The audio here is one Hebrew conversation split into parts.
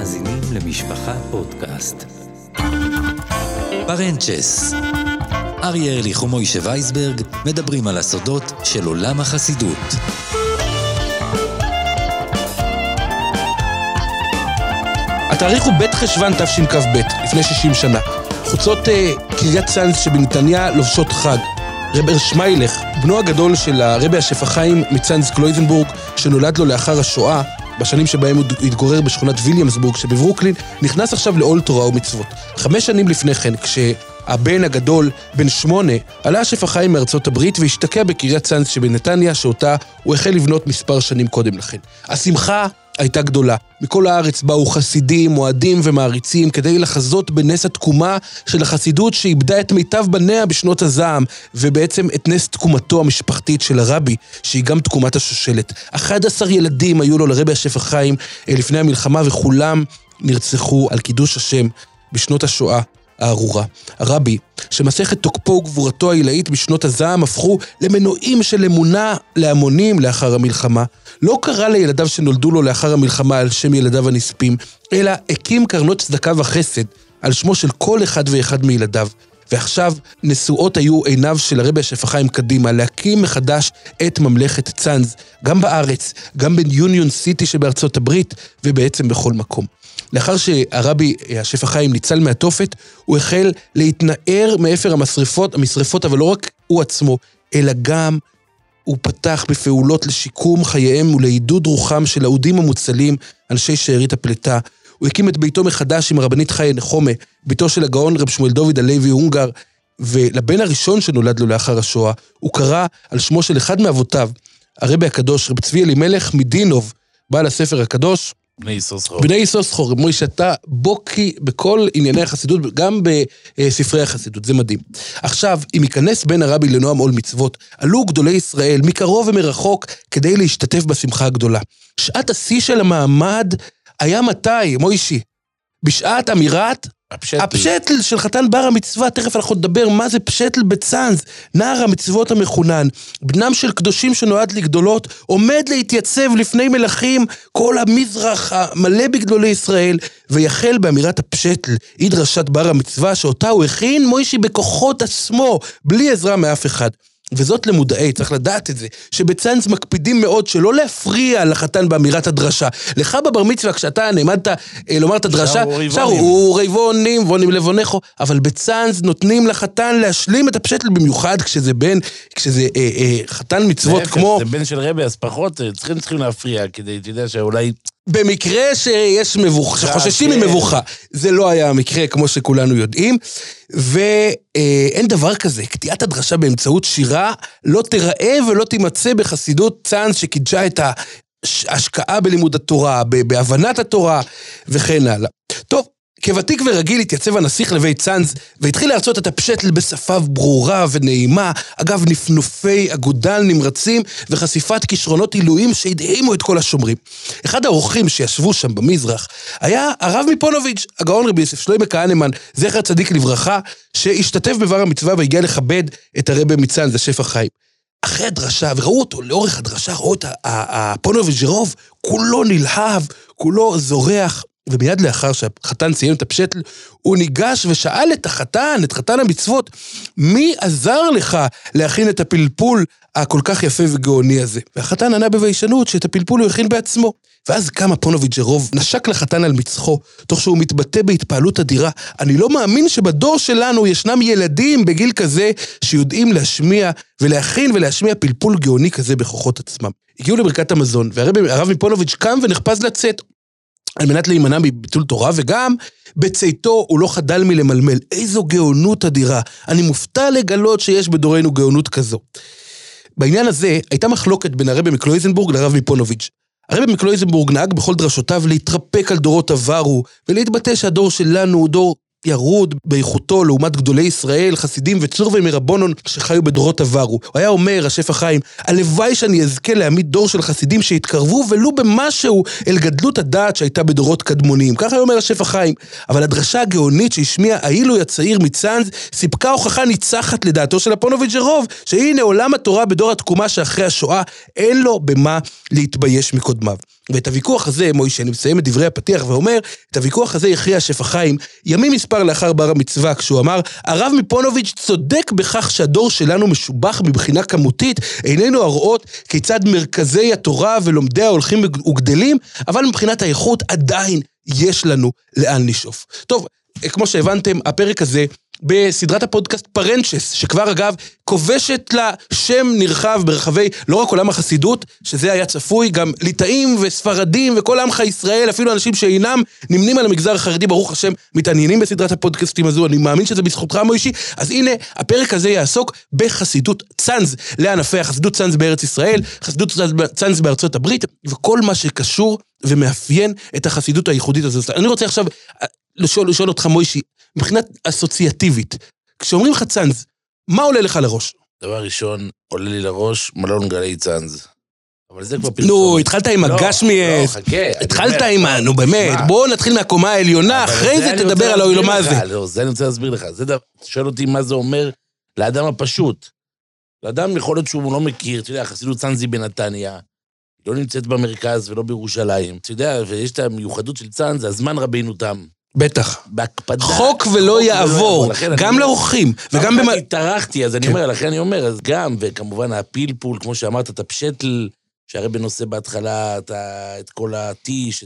מאזינים למשפחה פודקאסט. פרנצ'ס. אריה ארליך ומוישה וייסברג מדברים על הסודות של עולם החסידות. התאריך הוא בית חשבן תשכ"ב, לפני 60 שנה. חוצות קריית צאנז שבנתניה לובשות חג. רבר שמיילך, בנו הגדול של הרבי השפע חיים מצאנז קלויזנבורג, שנולד לו לאחר השואה, בשנים שבהם הוא התגורר בשכונת ויליאמסבורג שבברוקלין, נכנס עכשיו לעול תורה ומצוות. 5 שנים לפני כן, כשהבן הגדול, בן 8, עלה השפע חיים מארצות הברית והשתקע בקריית צאנז שבנתניה, שאותה הוא החל לבנות מספר שנים קודם לכן. השמחה הייתה גדולה. מכל הארץ באו חסידים, מועדים ומעריצים כדי לחזות בנס התקומה של החסידות שאיבדה את מיטב בניה בשנות הזעם, ובעצם את נס תקומתו המשפחתית של הרבי, שהיא גם תקומת השושלת. 11 ילדים היו לו לרבי השפע חיים לפני המלחמה, וכולם נרצחו על קידוש השם בשנות השואה הארורה. הרבי, שמסכת תוקפו וגבורתו העילאית בשנות הזעם הפכו למנועים של אמונה להמונים לאחר המלחמה, לא קרא לילדיו שנולדו לו לאחר המלחמה על שם ילדיו הנספים, אלא הקים קרנות צדקה וחסד על שמו של כל אחד ואחד מילדיו. ועכשיו נשואות היו עיניו של הרבי השפע חיים קדימה, להקים מחדש את ממלכת צאנז, גם בארץ, גם ביוניון סיטי שבארצות הברית, ובעצם בכל מקום. לאחר שהרבי השפע חיים ניצל מהתופת, הוא החל להתנער מאפר המשרפות, אבל לא רק הוא עצמו, אלא גם הוא פתח בפעולות לשיקום חייהם ולעידוד רוחם של האודים המוצלים, אנשי שארית הפלטה. הוא הקים את ביתו מחדש עם הרבנית חיה נחומה, ביתו של הגאון רב שמואל דוד הלוי הונגר, ולבן הראשון שנולד לו לאחר השואה, הוא קרא על שמו של אחד מאבותיו, הרבי הקדוש, רב צבי אלימלך מדינוב, בעל הספר הקדוש, בני יששכר, מוישה, אתה בוקי בכל ענייני החסידות, גם בספרי החסידות, זה מדהים. עכשיו, אם ייכנס בן הרבי לנועם עול מצוות, עלו גדולי ישראל מקרוב ומרחוק כדי להשתתף בשמחה הגדולה. שעת השיא של המעמד היה מתי, מוישי? בשעת אמירת הפשטל של חתן בר המצווה. תכף אנחנו נדבר מה זה פשטל בצאנז, נער המצוות המכונן, בנם של קדושים שנועד לגדולות, עומד להתייצב לפני מלכים כל המזרח המלא בגדולי ישראל, ויחל באמירת הפשטל, היא דרשת בר המצווה שאותה הוא הכין מוישי בכוחות עצמו, בלי עזרה מאף אחד. וזאת למודעי, צריך לדעת את זה, שבצאנז מקפידים מאוד שלא להפריע לחתן באמירת הדרשה. לך בבר מצווה, כשאתה נעמדת לומר את הדרשה, שרו ריבונים, וונים לבונכו, אבל בצאנז נותנים לחתן להשלים את הפשטל, במיוחד כשזה חתן מצוות כמו... זה בן של רבי, אז פחות צריכים להפריע, כדי, אתה יודע, שאולי... במקרה שיש מבוכה, שחוששים ממבוכה. זה לא היה המקרה, כמו שכולנו יודעים, ואין דבר כזה. קטיעת הדרשה באמצעות שירה לא תיראה ולא תימצא בחסידות צאנז שקידשה את ההשקעה בלימוד התורה, בהבנת התורה וכן הלאה. טוב, כוותיק ורגיל התייצב הנסיך לבית צאנז, והתחיל להרצות את הפשטל בשפה ברורה ונעימה, אגב נפנופי אגודל נמרצים, וחשיפת כישרונות עילויים שהדהימו את כל השומרים. אחד האורחים שישבו שם במזרח, היה הרב מפונוביץ', הגאון רבי יוסף שלמה כהנמן, זכר צדיק לברכה, שהשתתף בבר המצווה והגיע לכבד את הרבי מצאנז, השפע חיים. אחרי הדרשה, וראו אותו לאורך הדרשה, ראו את הפונוביץ' רוב, כולו נלהב, כולו זורח, ומיד לאחר שהחתן סיים את הפשטל, הוא ניגש ושאל את חתן המצוות, מי עזר לך להכין את הפלפול הכל כך יפה וגאוני הזה? והחתן ענה בביישנות שאת הפלפול הוא הכין בעצמו. ואז קם הפונוביץ' רוב, נשק לחתן על מצחו, תוך שהוא מתבטא בהתפעלות אדירה. אני לא מאמין שבדור שלנו ישנם ילדים בגיל כזה שיודעים להשמיע ולהכין ולהשמיע פלפול גאוני כזה בכוחות עצמם. הגיעו לברכת המזון, והרב מפונוביץ' קם ונחפז לצאת. על מנת להימנע מביטול תורה, וגם בצאתו הוא לא חדל מלמלמל. איזו גאונות אדירה. אני מופתע לגלות שיש בדורנו גאונות כזו. בעניין הזה הייתה מחלוקת בין הרבי מקלויזנבורג לרב מפונוביץ'. הרבי מקלויזנבורג נהג בכל דרשותיו להתרפק על דורות עברו, ולהתבטא שהדור שלנו הוא דור ירוד באיכותו לעומת גדולי ישראל, חסידים וצור ומרבונון שחיו בדורות עברו. הוא היה אומר, השפע חיים, הלוואי שאני אזכה להעמיד דור של חסידים שהתקרבו ולו במשהו אל גדלות הדעת שהייתה בדורות קדמוניים. ככה אומר השפע חיים. אבל הדרשה הגאונית שהשמיע העילוי הצעיר מצאנז סיפקה הוכחה ניצחת לדעתו של הפונוביץ' רוב, שהנה עולם התורה בדור התקומה שאחרי השואה אין לו במה להתבייש מקודמיו. ואת הוויכוח הזה, מוישה, אני מסיים את דברי הפתיח ואומר, את הוויכוח הזה הכריע שפע חיים, ימים מספר לאחר בר המצווה, כשהוא אמר, הרב מפונוביץ' צודק בכך שהדור שלנו משובח מבחינה כמותית, איננו הרואות כיצד מרכזי התורה ולומדיה הולכים וגדלים, אבל מבחינת האיכות עדיין יש לנו לאן לשאוף. טוב, כמו שהבנתם, הפרק הזה בסדרת הפודקאסט פרנצ'ס, שכבר אגב כובשת לה שם נרחב ברחבי, לא רק עולם החסידות, שזה היה צפוי, גם ליטאים וספרדים וכל עמך ישראל, אפילו אנשים שאינם נמנים על המגזר החרדי, ברוך השם, מתעניינים בסדרת הפודקאסטים הזו, אני מאמין שזה בזכותך מוישי, אז הנה, הפרק הזה יעסוק בחסידות צאנז, לענפי החסידות צאנז בארץ ישראל, חסידות צאנז בארצות הברית, וכל מה שקשור ומאפיין את החסידות הייחודית הזו. אני רוצה עכשיו לשאול אותך מוישי, מבחינת אסוציאטיבית, כשאומרים לך צאנז, מה עולה לך לראש? דבר ראשון, עולה לי לראש מלון גלי צאנז. אבל זה כבר פרסום. נו, התחלת עם הגשמיאס. לא, חכה. התחלת עם, נו באמת, בואו נתחיל מהקומה העליונה, אחרי זה תדבר על האוילומה הזה. לא, זה אני רוצה להסביר לך. שואל אותי מה זה אומר לאדם הפשוט. לאדם יכול להיות שהוא לא מכיר, אתה יודע, חסידות צאנזי בנתניה, לא נמצאת במרכז ולא בירושלים. אתה יודע, ויש את המיוחדות של צאנז, הזמן רבינו תם. בטח. בהקפדה. חוק ולא יעבור, גם לאורחים, וגם התארחתי, אז אני אומר, לכן אני אומר, אז גם, וכמובן הפלפול, כמו שאמרת, את הפשטל, שהרי בנושא בהתחלה, את כל הטיש,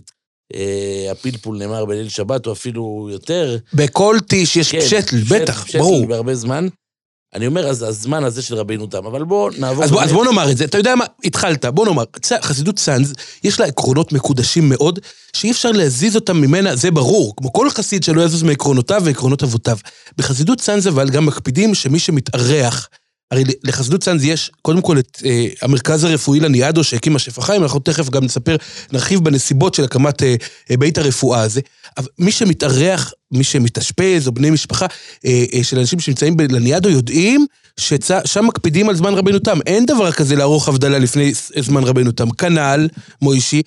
הפלפול נאמר בליל שבת, או אפילו יותר. בכל טיש יש פשטל, בטח, ברור. בהרבה זמן. אני אומר, אז הזמן הזה של רבינו תם, אבל בואו נעבור... אז בוא נאמר את זה, אתה יודע מה, התחלת, בוא נאמר, חסידות צאנז, יש לה עקרונות מקודשים מאוד, שאי אפשר להזיז אותם ממנה, זה ברור, כמו כל חסיד שלא יזוז מעקרונותיו ועקרונות אבותיו. בחסידות צאנז אבל גם מקפידים שמי שמתארח, הרי לחסידות צאנז יש קודם כל את המרכז הרפואי לניאדו שהקים השפע חיים, אנחנו תכף גם נרחיב בנסיבות של הקמת בית הרפואה הזה, אבל מי שמתארח, מי שמתאשפז או בני משפחה של אנשים שנמצאים לניאדו יודעים ששם מקפידים על זמן רבינו תם, אין דבר כזה לערוך הבדלה לפני זמן רבינו תם, כנ"ל מוישי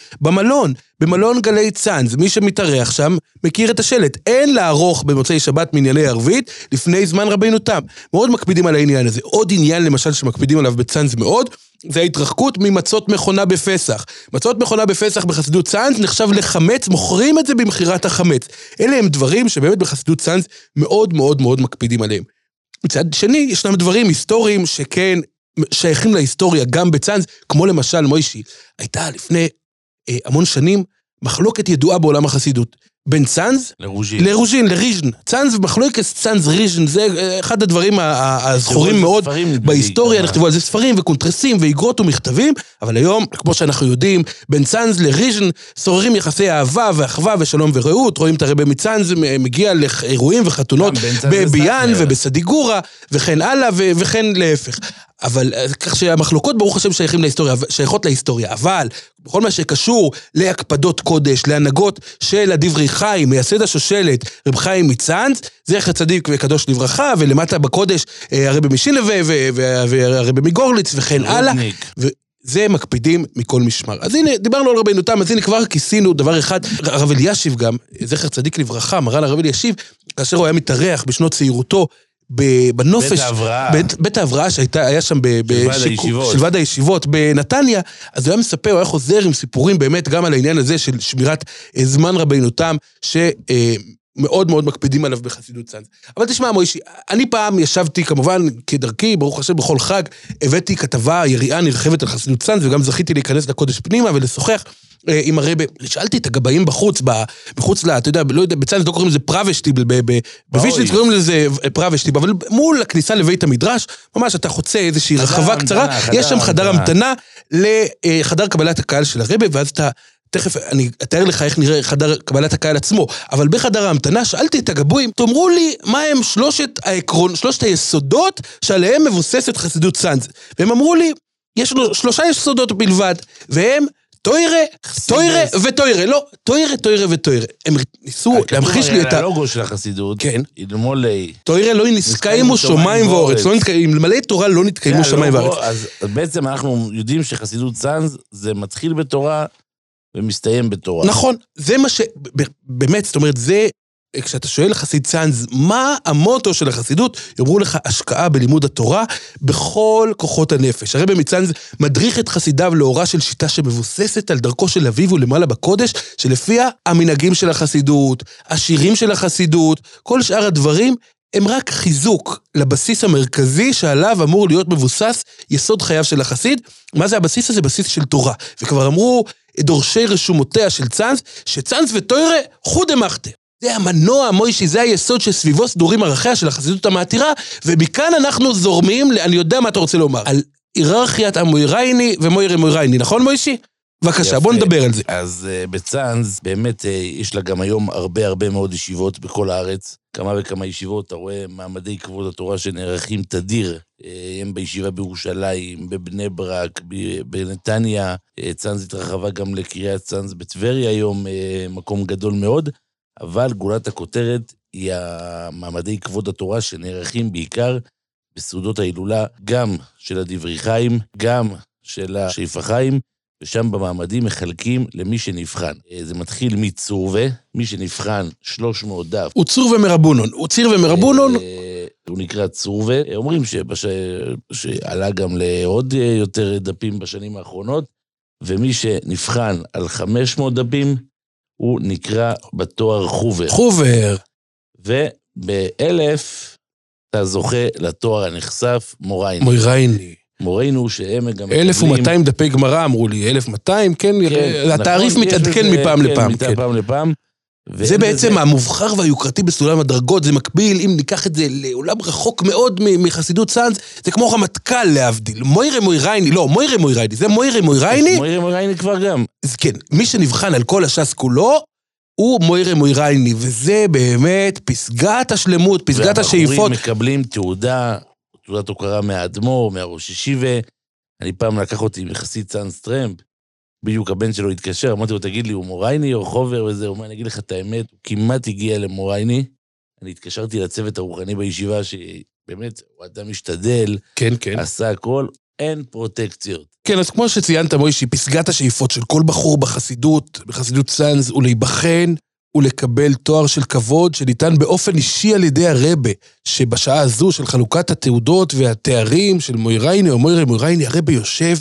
במלון גלי צאנז, מי שמתארח שם מכיר את השלט, אין לערוך במוצאי שבת מנייני ערבית לפני זמן רבינו תם, מאוד מקפידים על העניין הזה. עוד עניין למשל שמקפידים עליו בצאנז מאוד, זה ההתרחקות ממצות מכונה בפסח. מצות מכונה בפסח בחסידות צאנז נחשב לחמץ, מוכרים את זה במחירת החמץ. אלה הם דברים שבאמת בחסידות צאנז מאוד מאוד מאוד מקפידים עליהם. מצד שני, ישנם דברים היסטוריים שכן שייכים להיסטוריה גם בצאנז, כמו למשל מוישי, הייתה לפני המון שנים מחלוקת ידועה בעולם החסידות. בין צאנז לריז'ן. צאנז ומחלוקת צאנז ריז'ן, זה אחד הדברים הזכורים מאוד בהיסטוריה, נכתבו על זה ספרים וקונטרסים ואיגרות ומכתבים, אבל היום, כמו שאנחנו יודעים, בין צאנז לריז'ן שוררים יחסי אהבה ואחווה ושלום ורעות, רואים את הרבי מצאנז מגיע לאירועים וחתונות בביאן ובסדיגורה וכן הלאה וכן להפך. אבל כך שהמחלוקות ברוך השם שייכות להיסטוריה, אבל בכל מה שקשור להקפדות קודש, להנהגות של הדברי חיים, מייסד השושלת, רב חיים מצאנז, זכר צדיק וקדוש לברכה, ולמטה בקודש הרבי משילבה והרבי מגורליץ וכן הלאה, וזה מקפידים מכל משמר. אז הנה, דיברנו על רבינו תם, אז הנה כבר כיסינו דבר אחד, הרב אלישיב גם, זכר צדיק לברכה, מרן הרב אלישיב, כאשר הוא היה מתארח בשנות צעירותו, בנופש, בית ההבראה שהיה שם של ועד הישיבות בנתניה, אז הוא היה מספר, הוא היה חוזר עם סיפורים באמת גם על העניין הזה של שמירת זמן רבינו תם, שמאוד מאוד מקפידים עליו בחסידות צאנז. אבל תשמע מוישי, אני פעם ישבתי כמובן כדרכי, ברוך השם בכל חג, הבאתי כתבה יריעה נרחבת על חסידות צאנז, וגם זכיתי להיכנס לקודש פנימה ולשוחח עם הרבי, שאלתי את הגבאים בחוץ לה, אתה יודע, לא יודע, בצאנז לא קוראים לזה פראבשטיבל, בווישניץ קוראים לזה פראבשטיבל, אבל מול הכניסה לבית המדרש, ממש אתה חוצה איזושהי רחבה קצרה, יש שם חדר המתנה לחדר קבלת הקהל של הרבי, ואז אתה, תכף אני אתאר לך איך נראה חדר קבלת הקהל עצמו, אבל בחדר ההמתנה שאלתי את הגבויים, תאמרו לי מה הם שלושת היסודות שעליהם מבוססת חסידות צאנז, והם אמרו לי, יש לו 3 יסודות בלבד, והם טוירה וטוירה, לא, טוירה וטוירה. הם ניסו להמחיש לי את הלוגו של החסידות, אלמולי. טוירה לא נתקיימו שמיים ואורץ, מלא תורה לא נתקיימו שמיים ואורץ. אז בעצם אנחנו יודעים שחסידות צאנז זה מתחיל בתורה ומסתיים בתורה. נכון, זה מה באמת, זאת אומרת, זה כשאתה שואל חסיד צאנז, מה המוטו של החסידות? יאמרו לך, השקעה בלימוד התורה בכל כוחות הנפש. הרבי מצאנז מדריך את חסידיו לאורה של שיטה שמבוססת על דרכו של אביו ולמעלה בקודש, שלפיה המנהגים של החסידות, השירים של החסידות, כל שאר הדברים, הם רק חיזוק לבסיס המרכזי שעליו אמור להיות מבוסס יסוד חייו של החסיד. מה זה הבסיס הזה? בסיס של תורה. וכבר אמרו דורשי רשומותיה של צאנז, שצאנז ותוירה חוד אמחתה. זה המנוע, מוישי, זה היסוד שסביבו סדורים ערכיה של החסידות המעתירה, ומכאן אנחנו זורמים, אני יודע מה אתה רוצה לומר, על היררכיית המוירייני ומוירי מוירייני, נכון מוישי? בבקשה, בוא נדבר על זה. אז בצאנז, באמת יש לה גם היום הרבה מאוד ישיבות בכל הארץ, כמה וכמה ישיבות, אתה רואה מעמדי כבוד התורה שנערכים תדיר, הם בישיבה בירושלים, בבני ברק, בנתניה, צאנז התרחבה גם לקריית צאנז בטבריה היום, מקום גדול מאוד, אבל גולת הכותרת היא המעמדי כבוד התורה שנערכים בעיקר בסעודות ההילולה, גם של הדברי חיים, גם של השאיפה חיים, ושם במעמדים מחלקים למי שנבחן. זה מתחיל מצורווה, מי שנבחן 300 דף. הוא צורווה מרבונון, הוא ציר ומרבונון. הוא נקרא צורווה. אומרים שעלה גם לעוד יותר דפים בשנים האחרונות, ומי שנבחן על 500 דפים, הוא נקרא בתואר חובר. חובר. וב-1000 אתה זוכה לתואר הנחשף מורייני. מוירייני. מורינו שהם גם... 1200 דפי גמרא אמרו לי, 1200, כן, התעריף מתעדכן מפעם לפעם. כן, מפעם לפעם. זה בעצם המובחר והיוקרתי בסולם הדרגות, זה מקביל, אם ניקח את זה לעולם רחוק מאוד מחסידות צאנז, זה כמו רמטכ"ל להבדיל, מוירי מוירייני, לא, מוירי מוירייני, זה מוירי מוירייני. מוירי מוירייני כבר גם. אז כן, מי שנבחן על כל הש"ס כולו, הוא מוירי מוירייני, וזה באמת פסגת השלמות, פסגת השאיפות. והבחורים מקבלים תעודת הוקרה מהאדמו"ר, מהראש ישיבה. אני פעם לקח אותי מחסיד צאנז טרמפ, בדיוק הבן שלו התקשר, אמרתי לו, תגיד לי, הוא מורייני או חובר וזה? הוא אומר, אני אגיד לך את האמת, הוא כמעט הגיע למורייני. אני התקשרתי לצוות הרוחני בישיבה, שבאמת, הוא אדם משתדל, כן, כן. עשה הכל, אין פרוטקציות. כן, אז כמו שציינת, מוישי, פסגת השאיפות של כל בחור בחסידות צאנז, הוא להיבחן, ולקבל תואר של כבוד שניתן באופן אישי על ידי הרבה, שבשעה הזו של חלוקת התעודות והתארים של מוירייני או מוירי מוירייני, הרבה יושב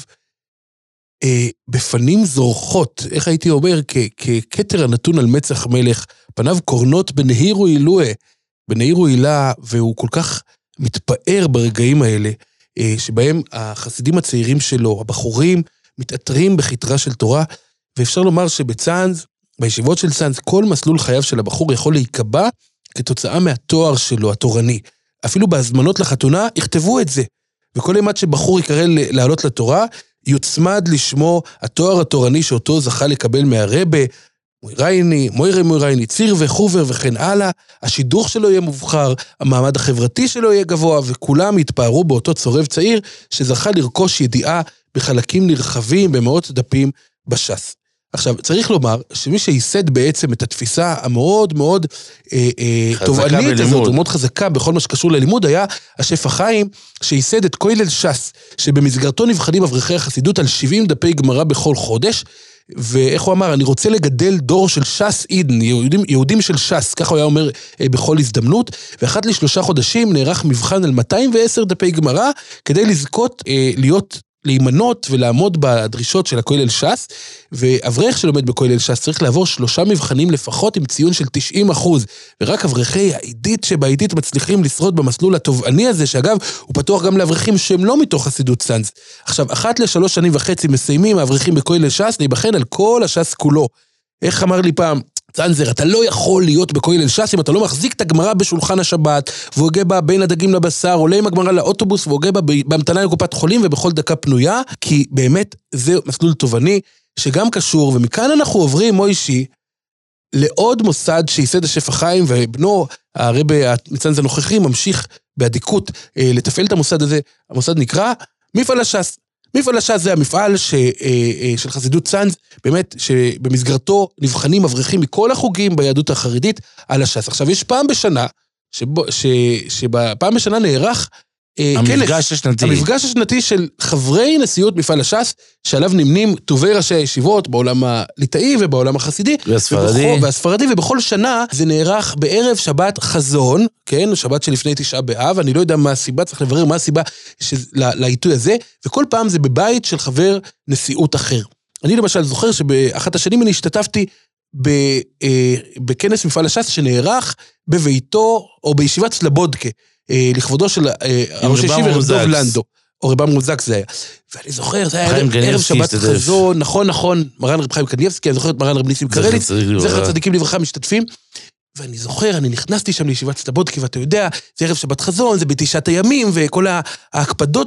בפנים זורחות, איך הייתי אומר, ככתר הנתון על מצח מלך, פניו קורנות בנהירו אילוה, בנהירו אילה, והוא כל כך מתפאר ברגעים האלה, שבהם החסידים הצעירים שלו, הבחורים, מתעטרים בכתרה של תורה, ואפשר לומר שבצאנז, בישיבות של צאנז, כל מסלול חייו של הבחור יכול להיקבע כתוצאה מהתואר שלו, התורני. אפילו בהזמנות לחתונה, יכתבו את זה. וכל אימת שבחור יקרא לעלות לתורה, יוצמד לשמו התואר התורני שאותו זכה לקבל מהרבה, מוירייני, מוירי מוירייני, ציר וחובר וכן הלאה, השידוך שלו יהיה מובחר, המעמד החברתי שלו יהיה גבוה, וכולם יתפארו באותו צורב צעיר, שזכה לרכוש ידיעה בחלקים נרחבים, במאות דפים בש"ס. עכשיו, צריך לומר שמי שייסד בעצם את התפיסה המאוד מאוד תובענית הזאת, ומאוד חזקה בכל מה שקשור ללימוד, היה השפע חיים שייסד את כולל ש"ס, שבמסגרתו נבחנים אברכי החסידות על 70 דפי גמרא בכל חודש, ואיך הוא אמר, אני רוצה לגדל דור של ש"ס עידן, יהודים של ש"ס, ככה הוא היה אומר בכל הזדמנות, ואחת ל3 חודשים נערך מבחן על 210 דפי גמרא, כדי לזכות להימנות ולעמוד בדרישות של הכולל ש"ס, ואברך שלומד בכולל ש"ס צריך לעבור 3 מבחנים לפחות עם ציון של 90%, ורק אברכי העידית שבעידית מצליחים לשרוד במסלול התובעני הזה, שאגב הוא פתוח גם לאברכים שהם לא מתוך חסידות צאנז. עכשיו, אחת ל3.5 שנים מסיימים האברכים בכולל ש"ס להיבחן על כל הש"ס כולו. איך אמר לי פעם, צאנזר, אתה לא יכול להיות בכולל ש"ס אם אתה לא מחזיק את הגמרא בשולחן השבת, והוגה בה בין הדגים לבשר, עולה עם הגמרא לאוטובוס, והוגה בה בהמתנה לקופת חולים ובכל דקה פנויה, כי באמת זה מסלול תובעני שגם קשור, ומכאן אנחנו עוברים, מוישי, לעוד מוסד שייסד השפע חיים, ובנו, הרבי מצאנז הנוכחי, ממשיך בעדיקות לתפעל את המוסד הזה. המוסד נקרא מפעל הש"ס. מפעל הש"ס זה המפעל של חסידות צאנז, באמת שבמסגרתו נבחנים אברכים מכל החוגים ביהדות החרדית על הש"ס. עכשיו יש פעם בשנה, שבפעם בשנה נערך המפגש השנתי. המפגש השנתי של חברי נשיאות מפעל הש"ס, שעליו נמנים טובי ראשי הישיבות בעולם הליטאי ובעולם החסידי. והספרדי, ובכל שנה זה נערך בערב שבת חזון, כן, שבת שלפני 9 באב, אני לא יודע מה הסיבה, צריך לברר מה הסיבה לעיתוי הזה, וכל פעם זה בבית של חבר נשיאות אחר. אני למשל זוכר שבאחת השנים אני השתתפתי בכנס מפעל הש"ס שנערך בביתו או בישיבת סלבודקה, לכבודו של ראש ישיבה רב דוב לנדו, או רבם מוזק זה היה. ואני זוכר, זה היה ערב שבת חזון, נכון, מרן רב חיים קניבסקי, אני זוכר את מרן רב ניסים קרליץ, זכר צדיקים לברכה משתתפים, ואני זוכר, אני נכנסתי שם לישיבת סלבודקה, ואתה יודע, זה ערב שבת חזון, זה בתשעת הימים, וכל ההקפדות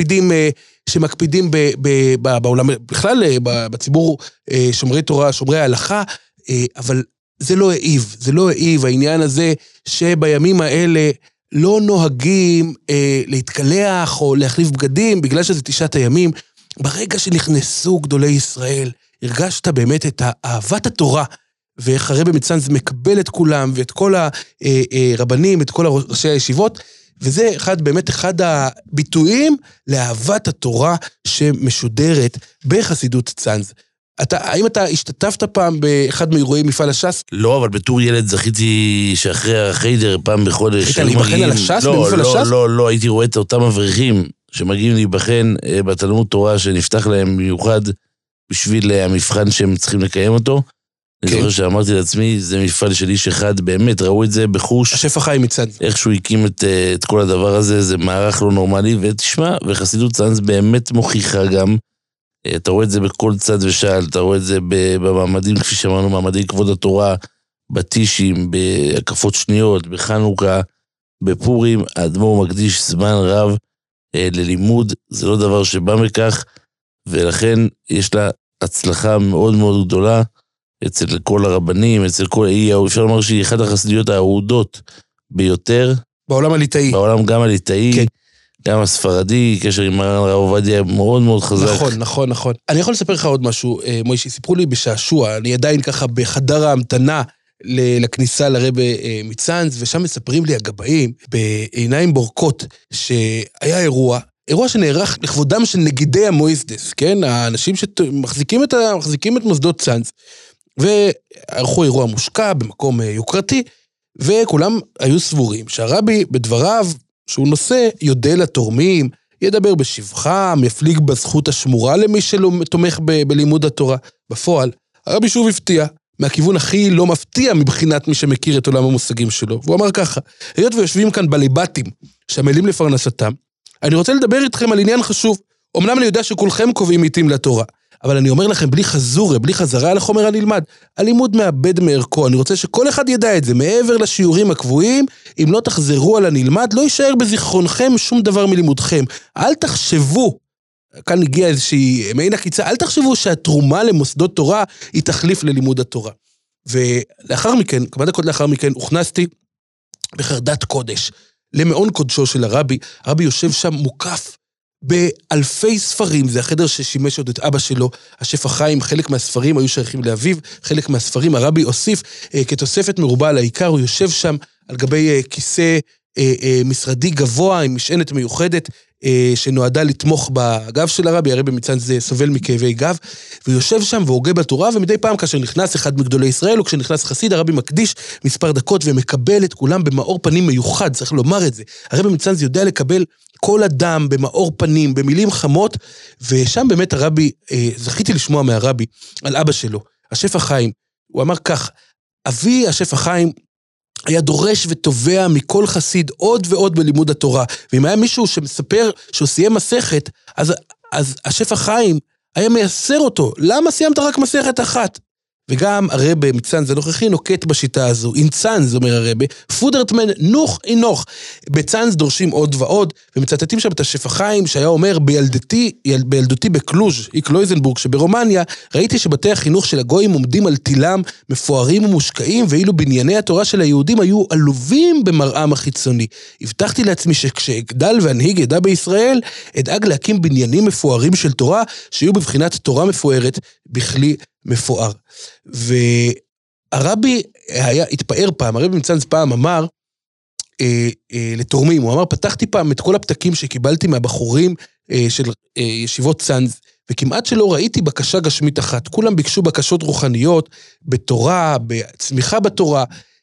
שמקפידים בעולם, בכלל בציבור שומרי תורה, שומרי ההלכה, אבל זה לא העיב, העניין הזה שבימים האלה לא נוהגים להתקלח או להחליף בגדים, בגלל שזה 9 הימים. ברגע שנכנסו גדולי ישראל, הרגשת באמת את אהבת התורה, ואיך הרבי מצאנז מקבל את כולם, ואת כל הרבנים, את כל ראשי הישיבות, וזה באמת אחד הביטויים לאהבת התורה שמשודרת בחסידות צאנז. האם אתה השתתפת פעם באחד מאירועי מפעל הש"ס? לא, אבל בתור ילד זכיתי שאחרי החיידר פעם בחודש... היית להיבחן על הש"ס במפעל הש"ס? לא, הייתי רואה את אותם אברכים שמגיעים להיבחן בתלמוד תורה שנפתח להם מיוחד בשביל המבחן שהם צריכים לקיים אותו. אני זוכר שאמרתי לעצמי, זה מפעל של איש אחד, באמת ראו את זה בחוש. השף החיים מצד. איך שהוא הקים את כל הדבר הזה, זה מערך לא נורמלי, ותשמע, וחסידות צאנז באמת מוכיחה גם, אתה רואה את זה בכל צד ושאל, אתה רואה את זה במעמדים, כפי שאמרנו, מעמדי כבוד התורה, בטישים, בהקפות שניות, בחנוכה, בפורים, האדמו"ר מקדיש זמן רב ללימוד, זה לא דבר שבא מכך, ולכן יש לה הצלחה מאוד מאוד גדולה, אצל כל הרבנים, אצל כל... אפשר לומר שהיא אחת החסידויות האהודות ביותר. בעולם הליטאי. בעולם גם הליטאי. כן. גם הספרדי, קשר עם מרן הרב עובדיה מאוד מאוד חזק. נכון. אני יכול לספר לך עוד משהו, מוישי, סיפרו לי בשעשוע, אני עדיין ככה בחדר ההמתנה לכניסה לרב מצאנז, ושם מספרים לי הגבאים, בעיניים בורקות, שהיה אירוע שנערך לכבודם של נגידי המויסדס, כן? האנשים שמחזיקים את מוסדות צאנז, וערכו אירוע מושקע במקום יוקרתי, וכולם היו סבורים שהרבי בדבריו, שהוא נושא, יודע לתורמים, ידבר בשבחם, יפליג בזכות השמורה למי שלא תומך בלימוד התורה. בפועל, הרבי שוב הפתיע, מהכיוון הכי לא מפתיע מבחינת מי שמכיר את עולם המושגים שלו. והוא אמר ככה, היות ויושבים כאן בליבטים, שעמלים לפרנסתם, אני רוצה לדבר איתכם על עניין חשוב. אמנם אני יודע שכולכם קובעים עיתים לתורה, אבל אני אומר לכם, בלי חזורה, בלי חזרה על החומר הנלמד, הלימוד מאבד מערכו. אני רוצה שכל אחד ידע את זה, מעבר לשיעורים הקבועים, אם לא תחזרו על הנלמד, לא יישאר בזיכרונכם שום דבר מלימודכם. אל תחשבו, כאן הגיע איזושהי מעין עקיצה, אל תחשבו שהתרומה למוסדות תורה היא תחליף ללימוד התורה. ולאחר מכן, כמה דקות לאחר מכן, הוכנסתי בחרדת קודש, למעון קודשו של הרבי. הרבי יושב שם מוקף באלפי ספרים, זה החדר ששימש עוד את אבא שלו, השף החיים. חלק מהספרים היו שייכים לאביו, חלק מהספרים הרבי הוסיף כתוספת מרובה על העיקר. הוא יושב שם על גבי כיסא משרדי גבוה עם משענת מיוחדת שנועדה לתמוך בגב של הרבי. הרבי מצאנז זה סובל מכאבי גב, והוא יושב שם והוגה בתורה, ומדי פעם כאשר נכנס אחד מגדולי ישראל או כשנכנס חסיד, הרבי מקדיש מספר דקות ומקבל את כולם במאור פנים מיוחד. צריך לומר את זה, הרבי מצאנז יודע לקבל כל אדם במאור פנים, במילים חמות. ושם באמת הרבי, זכיתי לשמוע מהרבי על אבא שלו, השף החיים. הוא אמר כך, אבי השף החיים היה דורש ותובע מכל חסיד עוד ועוד בלימוד התורה, ואם היה מישהו שמספר שהוא סיים מסכת, אז השף החיים היה מייסר אותו, למה סיימת רק מסכת אחת? וגם הרבי מצאנז הנוכחי נוקט בשיטה הזו, אין צאנז, אומר הרבי, פודרטמן נוח אינוך. בצאנז דורשים עוד ועוד, ומצטטים שם את השף החיים, שהיה אומר, בילדותי בקלוז' איקלויזנבורג שברומניה, ראיתי שבתי החינוך של הגויים עומדים על תילם, מפוארים ומושקעים, ואילו בנייני התורה של היהודים היו עלובים במראם החיצוני. הבטחתי לעצמי שכשאגדל ואנהיג ידע בישראל, אדאג להקים בניינים מפוארים של תורה, שיהיו בבחינת תורה מפוארת, בכלי מפואר. והרבי התפאר פעם, הרבי מצאנז פעם אמר, לתורמים. הוא אמר, פתחתי פעם את כל הפתקים שקיבלתי מהבחורים של ישיבות צאנז, וכמעט שלא ראיתי בקשה גשמית אחת. כולם ביקשו בקשות רוחניות, בתורה, בצמיחה בתורה,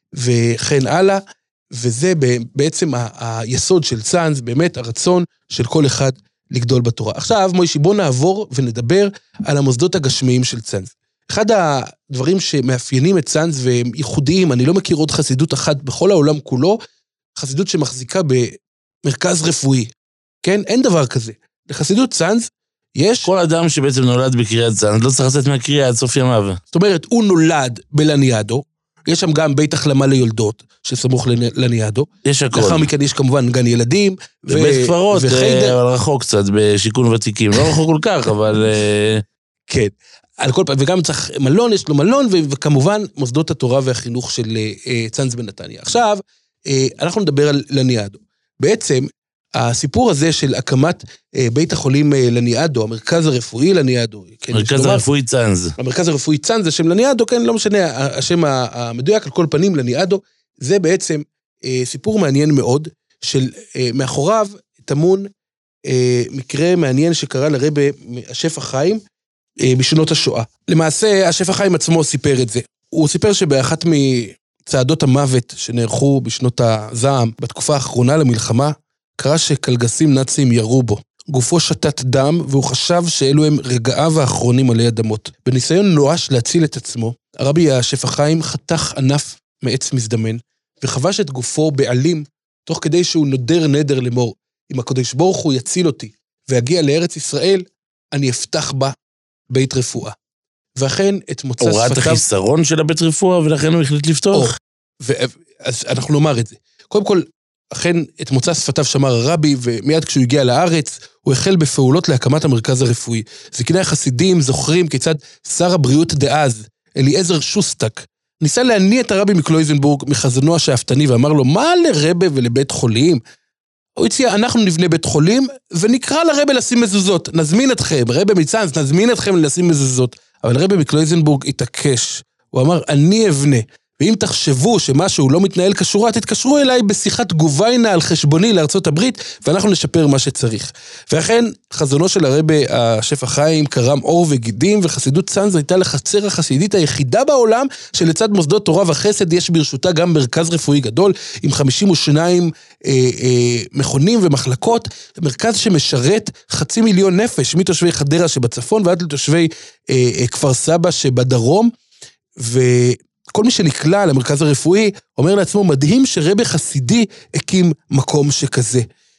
וכן הלאה, וזה בעצם היסוד של צאנז, באמת הרצון של כל אחד לגדול בתורה. עכשיו, מוישי, בוא נעבור ונדבר על המוסדות הגשמיים של צאנז. אחד הדברים שמאפיינים את צאנז והם ייחודיים, אני לא מכיר עוד חסידות אחת בכל העולם כולו, חסידות שמחזיקה במרכז רפואי. כן? אין דבר כזה. לחסידות צאנז יש... כל אדם שבעצם נולד בקריית צאנז, לא צריך לצאת מהקריאה עד סוף ימיו. זאת אומרת, הוא נולד בלניאדו, יש שם גם בית החלמה ליולדות, שסמוך לניאדו. יש הכל. לאחר מכן יש כמובן גן ילדים. ובית קברות, אבל רחוק קצת, בשיכון ותיקים. לא רחוק כל כך, אבל... כן. על כל פעם, וגם צריך מלון, יש לו מלון, וכמובן מוסדות התורה והחינוך של צאנז בנתניה. עכשיו, אנחנו נדבר על לניאדו. בעצם, הסיפור הזה של הקמת בית החולים לניאדו, המרכז הרפואי לניאדו. המרכז הרפואי צאנז. המרכז הרפואי צאנז, זה שם לניאדו, כן, לא משנה, השם המדויק על כל פנים לניאדו, זה בעצם סיפור מעניין מאוד, של מאחוריו טמון מקרה מעניין שקרה לרבי השפע חיים, בשנות השואה. למעשה, השפע חיים עצמו סיפר את זה. הוא סיפר שבאחת מצעדות המוות שנערכו בשנות הזעם, בתקופה האחרונה למלחמה, קרה שקלגסים נאצים ירו בו. גופו שתת דם, והוא חשב שאלו הם רגעיו האחרונים עלי אדמות. בניסיון נואש להציל את עצמו, הרבי השפע חיים חתך ענף מעץ מזדמן, וחבש את גופו בעלים, תוך כדי שהוא נודר נדר לאמור, אם הקדוש ברוך הוא יציל אותי, ויגיע לארץ ישראל, אני אפתח בה בית רפואה. ואכן, את מוצא שפתיו... הוא ראה את החיסרון של הבית רפואה, ולכן הוא החליט לפתוח. אז אנחנו נאמר את זה. קודם כל, אכן, את מוצא שפתיו שמר הרבי, ומיד כשהוא הגיע לארץ, הוא החל בפעולות להקמת המרכז הרפואי. זקני החסידים זוכרים כיצד שר הבריאות דאז, אליעזר שוסטק, ניסה להניע את הרבי מקלויזנבורג מחזונו השאפתני, ואמר לו, מה לרבי ולבית חולים? הוא הציע, אנחנו נבנה בית חולים, ונקרא לרבי לשים מזוזות. נזמין אתכם, רבי מצאנז, נזמין אתכם לשים מזוזות. אבל רבי מקלויזנבורג התעקש. הוא אמר, אני אבנה. ואם תחשבו שמשהו לא מתנהל כשורה, תתקשרו אליי בשיחת גוביינה על חשבוני לארצות הברית, ואנחנו נשפר מה שצריך. ואכן, חזונו של הרבי השפע חיים קרם אור וגידים, וחסידות צאנז הייתה לחצר החסידית היחידה בעולם, שלצד מוסדות תורה וחסד יש ברשותה גם מרכז רפואי גדול, עם 52 מכונים ומחלקות, מרכז שמשרת 500,000 נפש, מתושבי חדרה שבצפון, ועד לתושבי כפר סבא שבדרום, כל מי שנקלע למרכז הרפואי, אומר לעצמו, מדהים שרבי חסידי הקים מקום שכזה.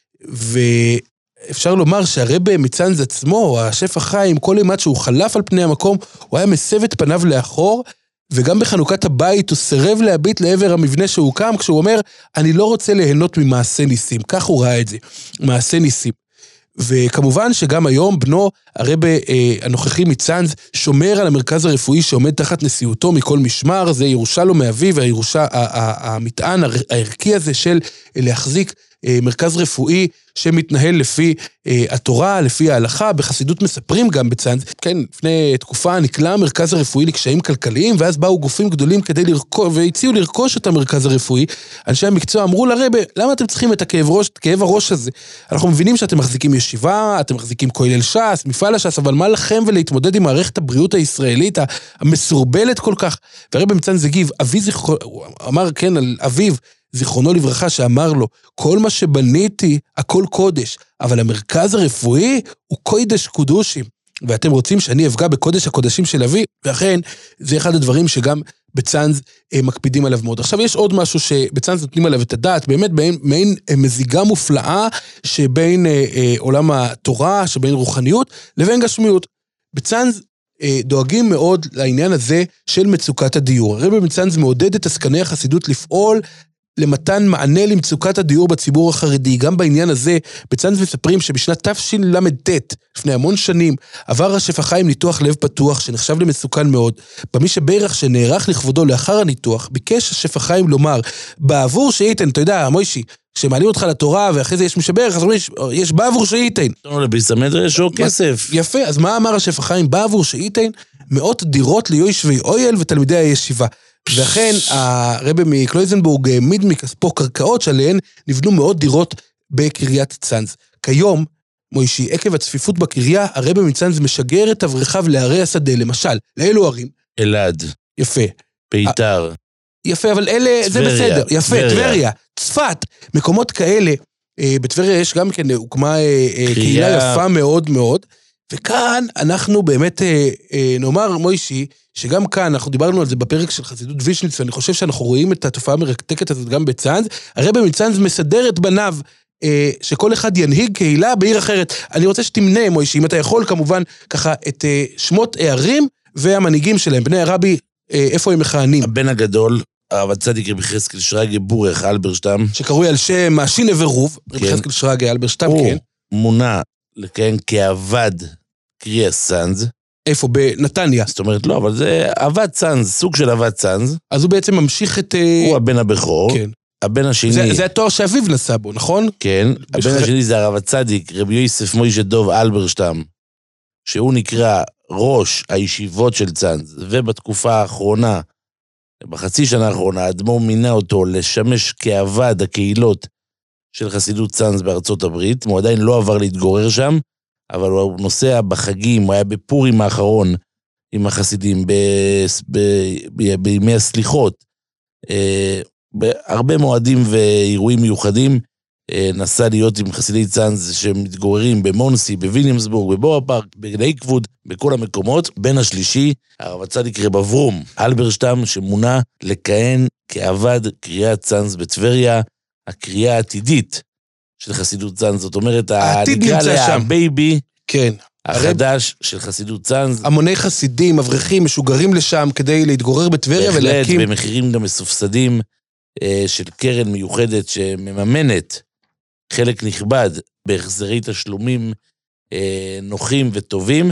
ואפשר לומר שהרבי מצאנז עצמו, השפע חיים, כל אימת שהוא חלף על פני המקום, הוא היה מסב את פניו לאחור, וגם בחנוכת הבית הוא סירב להביט לעבר המבנה שהוא קם, כשהוא אומר, אני לא רוצה ליהנות ממעשה ניסים. כך הוא ראה את זה, מעשה ניסים. וכמובן שגם היום בנו הרבי הנוכחי מצאנז שומר על המרכז הרפואי שעומד תחת נשיאותו מכל משמר, זה ירושה לו מאביו, והירושה, המטען הערכי הזה של להחזיק מרכז רפואי שמתנהל לפי התורה, לפי ההלכה, בחסידות מספרים גם בצאנז, כן, לפני תקופה נקלע המרכז הרפואי לקשיים כלכליים, ואז באו גופים גדולים כדי והציעו לרכוש את המרכז הרפואי, אנשי המקצוע אמרו לרבי, למה אתם צריכים את כאב הראש הזה? אנחנו מבינים שאתם מחזיקים ישיבה, אתם מחזיקים כולל ש"ס, מפעל הש"ס, אבל מה לכם ולהתמודד עם מערכת הבריאות הישראלית המסורבלת כל כך? והרבי מצאנז הגיב, אמר כן על אביו, זיכרונו לברכה שאמר לו, כל מה שבניתי, הכל קודש, אבל המרכז הרפואי הוא קודש קודושים, ואתם רוצים שאני אפגע בקודש הקודשים של אבי, ואכן זה אחד הדברים שגם בצאנז מקפידים עליו מאוד. עכשיו יש עוד משהו שבצאנז נותנים עליו את הדעת, באמת מעין מזיגה מופלאה שבין עולם התורה, שבין רוחניות, לבין גשמיות. בצאנז דואגים מאוד לעניין הזה של מצוקת הדיור. הרבי מצאנז מעודד את עסקני החסידות לפעול למתן מענה למצוקת הדיור בציבור החרדי. גם בעניין הזה, בצאנז מספרים שבשנת תשל"ט, לפני המון שנים, עבר השפע חיים ניתוח לב פתוח, שנחשב למסוכן מאוד. במי שברך שנערך לכבודו לאחר הניתוח, ביקש השפע חיים לומר, בעבור שייתן, אתה יודע, מוישי, כשמעלים אותך לתורה, ואחרי זה יש משברך, אז אומרים, יש בעבור שייתן. לביסמטר יש עוד כסף. יפה, אז מה אמר השפע חיים? בעבור שייתן, 100 דירות ליושבי אויל ותלמידי הישיבה. ואכן, הרבי מקלויזנבורג העמיד מכספו קרקעות שעליהן נבנו מאות דירות בקריית צאנז. כיום, מוישי, עקב הצפיפות בקריה, הרבי מצאנז משגר את אברחיו לערי השדה, למשל, לאלו ערים. אלעד. יפה. ביתר. יפה, אבל אלה, זה בסדר. יפה, טבריה, צפת, מקומות כאלה. בטבריה יש גם כן, הוקמה קהילה יפה מאוד מאוד, וכאן אנחנו באמת נאמר, מוישי, שגם כאן, אנחנו דיברנו על זה בפרק של חסידות וישניץ, ואני חושב שאנחנו רואים את התופעה המרתקת הזאת גם בצאנז, הרבי מצאנז מסדר את בניו, שכל אחד ינהיג קהילה בעיר אחרת. אני רוצה שתמנה, מוישי, אם אתה יכול כמובן ככה את שמות הערים והמנהיגים שלהם, בני הרבי, איפה הם מכהנים. הבן הגדול, הרב הצדיק רבי יחזקאל שרגא בורך אלברשטם, שקרוי על שם השין ורוב, רבי יחזקאל שרגא אלברשטם, כן. הוא מונה לכהן כעבד קריית צאנז. איפה? בנתניה. זאת אומרת, לא, אבל זה עבד צאנז, סוג של עבד צאנז. אז הוא בעצם ממשיך את... הוא הבן הבכור. כן. הבן השני... זה התואר שאביו נשא בו, נכון? כן. הבן השני זה הרב הצדיק, רבי יוסף מוישה דוב אלברשטם, שהוא נקרא ראש הישיבות של צאנז, ובתקופה האחרונה, בחצי שנה האחרונה, האדמו"ר מינה אותו לשמש כעבד הקהילות של חסידות צאנז בארצות הברית. הוא עדיין לא עבר להתגורר שם, אבל הוא נוסע בחגים, הוא היה בפורים האחרון עם החסידים, בימי הסליחות, בהרבה מועדים ואירועים מיוחדים, נסע להיות עם חסידי צאנז שמתגוררים במונסי, בוויליאמסבורג, בבואה פארק, בלייקווד, בכל המקומות. בן השלישי, הרב הצדיק רב אברום אלברשטם, שמונה לכהן כעבד קריית צאנז בטבריה, הקריאה העתידית של חסידות צאנז, זאת אומרת, נקרא לה הבייבי, כן. החדש של חסידות צאנז. המוני חסידים, אברכים, משוגרים לשם כדי להתגורר בטבריה ולהקים... בהחלט, במחירים גם מסופסדים של קרן מיוחדת שמממנת חלק נכבד בהחזרי תשלומים נוחים וטובים.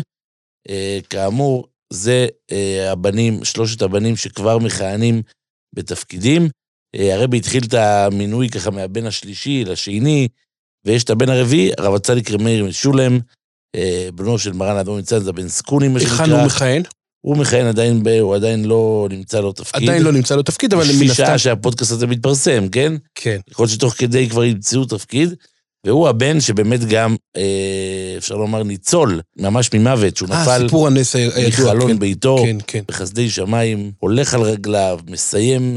כאמור, זה הבנים, שלושת הבנים שכבר מכהנים בתפקידים. הרבי התחיל את המינוי ככה מהבן השלישי לשני, ויש את הבן הרביעי, הרב הצדיק רב מאיר משולם, בנו של מרן האדמו"ר מצאנז, הבן סקוני, מה שנקרא. היכן הוא מכהן? הוא מכהן הוא עדיין לא נמצא לו תפקיד. עדיין לא נמצא לו תפקיד, אבל לפי שעה שהפודקאסט הזה מתפרסם, כן? כן. יכול להיות שתוך כדי כבר ימצאו תפקיד, והוא הבן שבאמת גם, אפשר לומר, ניצול, ממש ממוות, שהוא נפל סיפור הנס הידוע, מחלון ביתו, כן. בחסדי שמיים, הולך על רגליו, מסיים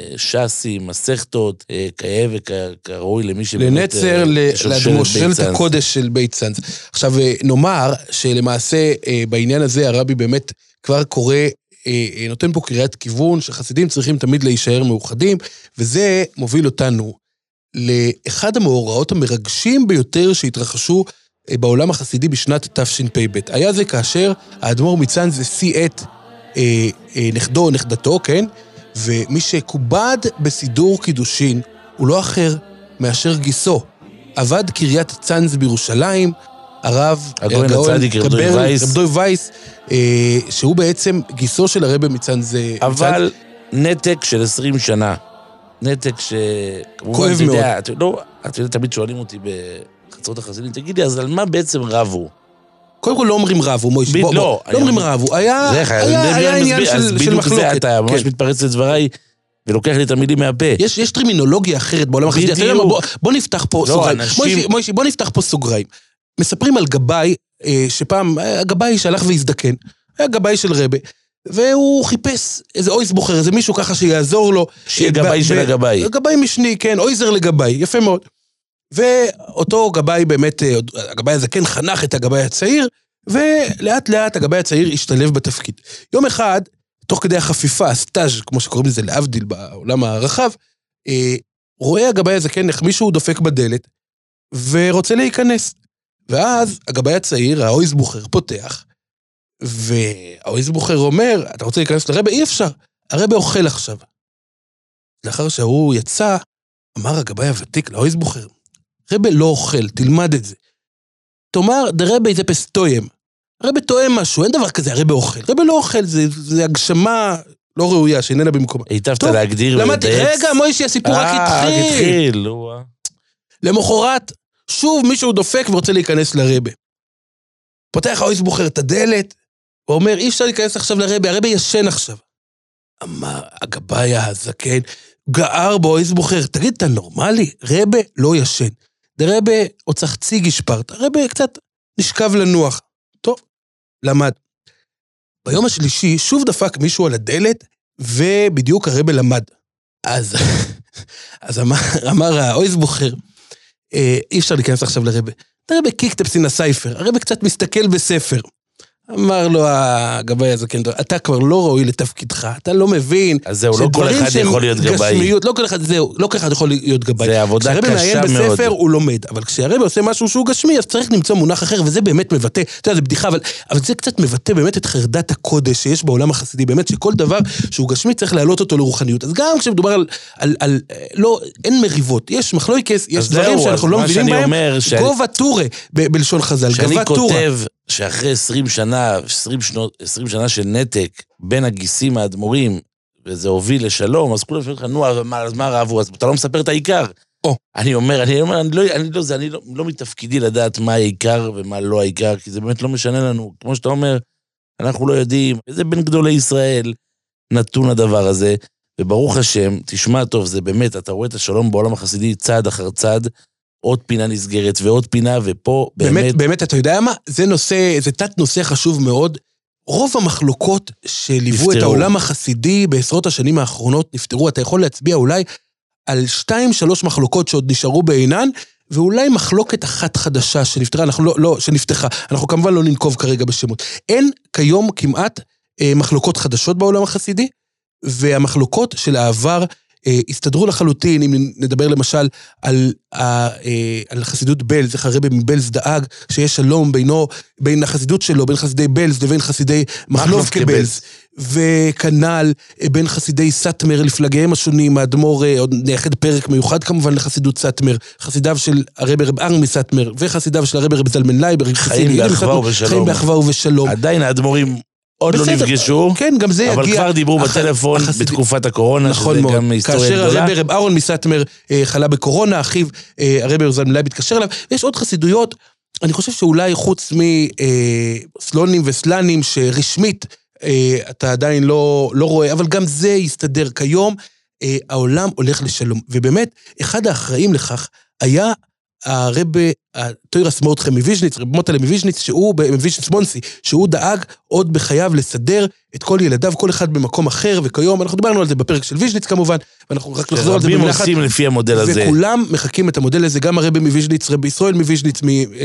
שסים, מסכתות, כאה וכראוי למי שבאמת... לנצר, למושלת הקודש של בית צאנז. עכשיו, נאמר שלמעשה בעניין הזה הרבי באמת כבר קורא, נותן פה קריאת כיוון, שחסידים צריכים תמיד להישאר מאוחדים, וזה מוביל אותנו לאחד המאורעות המרגשים ביותר שהתרחשו בעולם החסידי בשנת תשפ"ב. היה זה כאשר האדמו"ר מצאנז השיא את נכדו או נכדתו, כן? ומי שקובד בסידור קידושין הוא לא אחר מאשר גיסו. עבד קריית צאנז בירושלים, הרב הגאון הצדיק רב דוי וייס, שהוא בעצם גיסו של הרבי מצאנז. אבל נתק של 20 שנה. נתק כואב מאוד. אתה יודע, תמיד שואלים אותי בחצרות החסידים, תגידי, אז על מה בעצם רבו? קודם כל לא אומרים רבו, מוישה, לא אומרים רבו, היה עניין של מחלוקת. אתה ממש מתפרץ לדבריי, ולוקח לי את המילים מהפה. יש טרמינולוגיה אחרת בעולם החסידי. בוא נפתח פה סוגריים. מוישה, בוא נפתח פה סוגריים. מספרים על גבאי, שפעם, הגבאי שהלך והזדקן, היה גבאי של רבי, והוא חיפש איזה אויס בוחר, איזה מישהו ככה שיעזור לו. שיהיה גבאי של הגבאי. גבאי משני, כן, אויזר לגבאי, יפה מאוד. ואותו גבאי באמת, הגבאי הזה כן חנך את הגבאי הצעיר, ולאט לאט הגבאי הצעיר השתלב בתפקיד. יום אחד, תוך כדי החפיפה, הסטאז' כמו שקוראים לזה להבדיל בעולם הרחב, רואה הגבאי הזה כן, איך מישהו דופק בדלת, ורוצה להיכנס. ואז הגבאי הצעיר, האויס בוחר, פותח, והאויס בוחר אומר, אתה רוצה להיכנס לרבי? אי אפשר, הרבי אוכל עכשיו. לאחר שהוא יצא, אמר הגבאי הוותיק לאויס בוחר, רבי לא אוכל, תלמד את זה. תאמר, דרבי זה פסטויים. הרבי טועה משהו, אין דבר כזה, הרבי אוכל. רבי לא אוכל, זה הגשמה לא ראויה, שאיננה במקומה. היטבת להגדיר ולדייץ. רגע, מוישי, הסיפור רק התחיל. למחרת, שוב מישהו דופק ורוצה להיכנס לרבי. פותח האויס בוחר את הדלת, ואומר, אי אפשר להיכנס עכשיו לרבי, הרבי ישן עכשיו. אמר, הגבאי הזקן, גער באויזבוכר, תגיד, אתה נורמלי? רבה לא ישן. דרבה עוד צריך ציג השפרת, הרבה קצת נשכב לנוח. טוב, למד. ביום השלישי שוב דפק מישהו על הדלת, ובדיוק הרבה למד. אז אמר האויזבוכר, אי אפשר להיכנס עכשיו לרבה. הרבה קיקטפסין הסייפר, הרבה קצת מסתכל בספר. אמר לו הגבאי הזקן, אתה כבר לא ראוי לתפקידך, אתה לא מבין. אז זהו, לא כל אחד יכול להיות גבאי. לא כל אחד יכול להיות גבאי. זה עבודה קשה מאוד. כשהרבי מעיין בספר הוא לומד, אבל כשהרבי עושה משהו שהוא גשמי, אז צריך למצוא מונח אחר, וזה באמת מבטא, אתה יודע, זה בדיחה, אבל זה קצת מבטא באמת את חרדת הקודש שיש בעולם החסידי, באמת שכל דבר שהוא גשמי צריך להעלות אותו לרוחניות. אז גם כשמדובר על לא, אין מריבות, יש מחלוקת, יש דברים שאנחנו לא מבינים בהם, גובה טורה בלשון חז"ל, גובה טורה. שאחרי 20 שנה של נתק בין הגיסים האדמו"רים, וזה הוביל לשלום, אז כולם שואלים לך, נו, אז מה רעבו? אז אתה לא מספר את העיקר. אני אומר, אני לא מתפקידי לדעת מה העיקר ומה לא העיקר, כי זה באמת לא משנה לנו. כמו שאתה אומר, אנחנו לא יודעים, וזה בין גדולי ישראל נתון הדבר הזה, וברוך השם, תשמע טוב, זה באמת, אתה רואה את השלום בעולם החסידי צעד אחר צעד, עוד פינה נסגרת ועוד פינה, ופה באמת... באמת, אתה יודע מה? זה תת נושא חשוב מאוד. רוב המחלוקות שליוו את העולם החסידי בעשרות השנים האחרונות נפטרו. אתה יכול להצביע אולי על 2-3 מחלוקות שעוד נשארו בעינן, ואולי מחלוקת אחת חדשה שנפטרה, שנפתחה. אנחנו כמובן לא ננקוב כרגע בשמות. אין כיום כמעט מחלוקות חדשות בעולם החסידי, והמחלוקות של העבר הסתדרו לחלוטין, אם נדבר למשל על חסידות בלז, איך הרבי מבלז דאג שיש שלום בין החסידות שלו, בין חסידי בלז לבין חסידי מחלוף כבלז, וכנל בין חסידי סטמר לפלגיהם השונים, האדמו"ר, עוד נייחד פרק מיוחד כמובן לחסידות סטמר, חסידיו של הרבי רב ארן מסטמר, וחסידיו של הרבי רב זלמן לייבר, חיים באחווה ובשלום. עדיין האדמו"רים עוד לא נפגשו, כן, גם זה אבל יגיע, כבר דיברו בטלפון בתקופת הקורונה, נכון שזה גם היסטוריה גדולה. כאשר הרבי רב אהרון מסטמר חלה בקורונה, אחיו הרבי רב זלמן לייבר התקשר אליו, ויש עוד חסידויות, אני חושב שאולי חוץ מסלונים וסלנים שרשמית אתה עדיין לא רואה, אבל גם זה יסתדר כיום, העולם הולך לשלום, ובאמת אחד האחראים לכך היה הרבי תוירס מורדכי מוויז'ניץ, רב מוטלה מוויז'ניץ, שהוא מוויז'ניץ מונסי, שהוא דאג עוד בחייו לסדר את כל ילדיו, כל אחד במקום אחר, וכיום אנחנו דיברנו על זה בפרק של ויז'ניץ כמובן, ואנחנו רק נחזור על זה במילה אחת. רבים עושים לפי המודל הזה. וכולם מחכים את המודל הזה, גם הרבי מוויז'ניץ, רבי ישראל מוויז'ניץ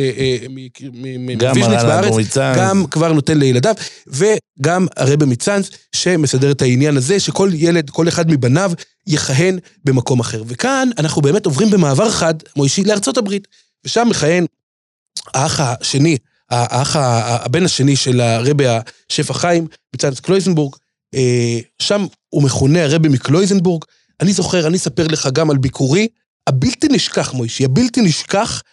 מוויז'ניץ בארץ, גם כבר נותן לילדיו, וגם הרבי מצאנז, שמסדר את העניין הזה, שכל ילד, כל אחד מבניו, יכהן במקום אחר. וכאן אנחנו באמת עוברים במעבר חד, מוישי, לארצות הברית, ושם מכהן האח השני, הבן השני של הרבי השף החיים, מצאנז קלויזנבורג, שם הוא מכונה הרבי מקלויזנבורג, אני זוכר, אני אספר לך גם על ביקורי, הבלתי נשכח מוישי, הבלתי נשכח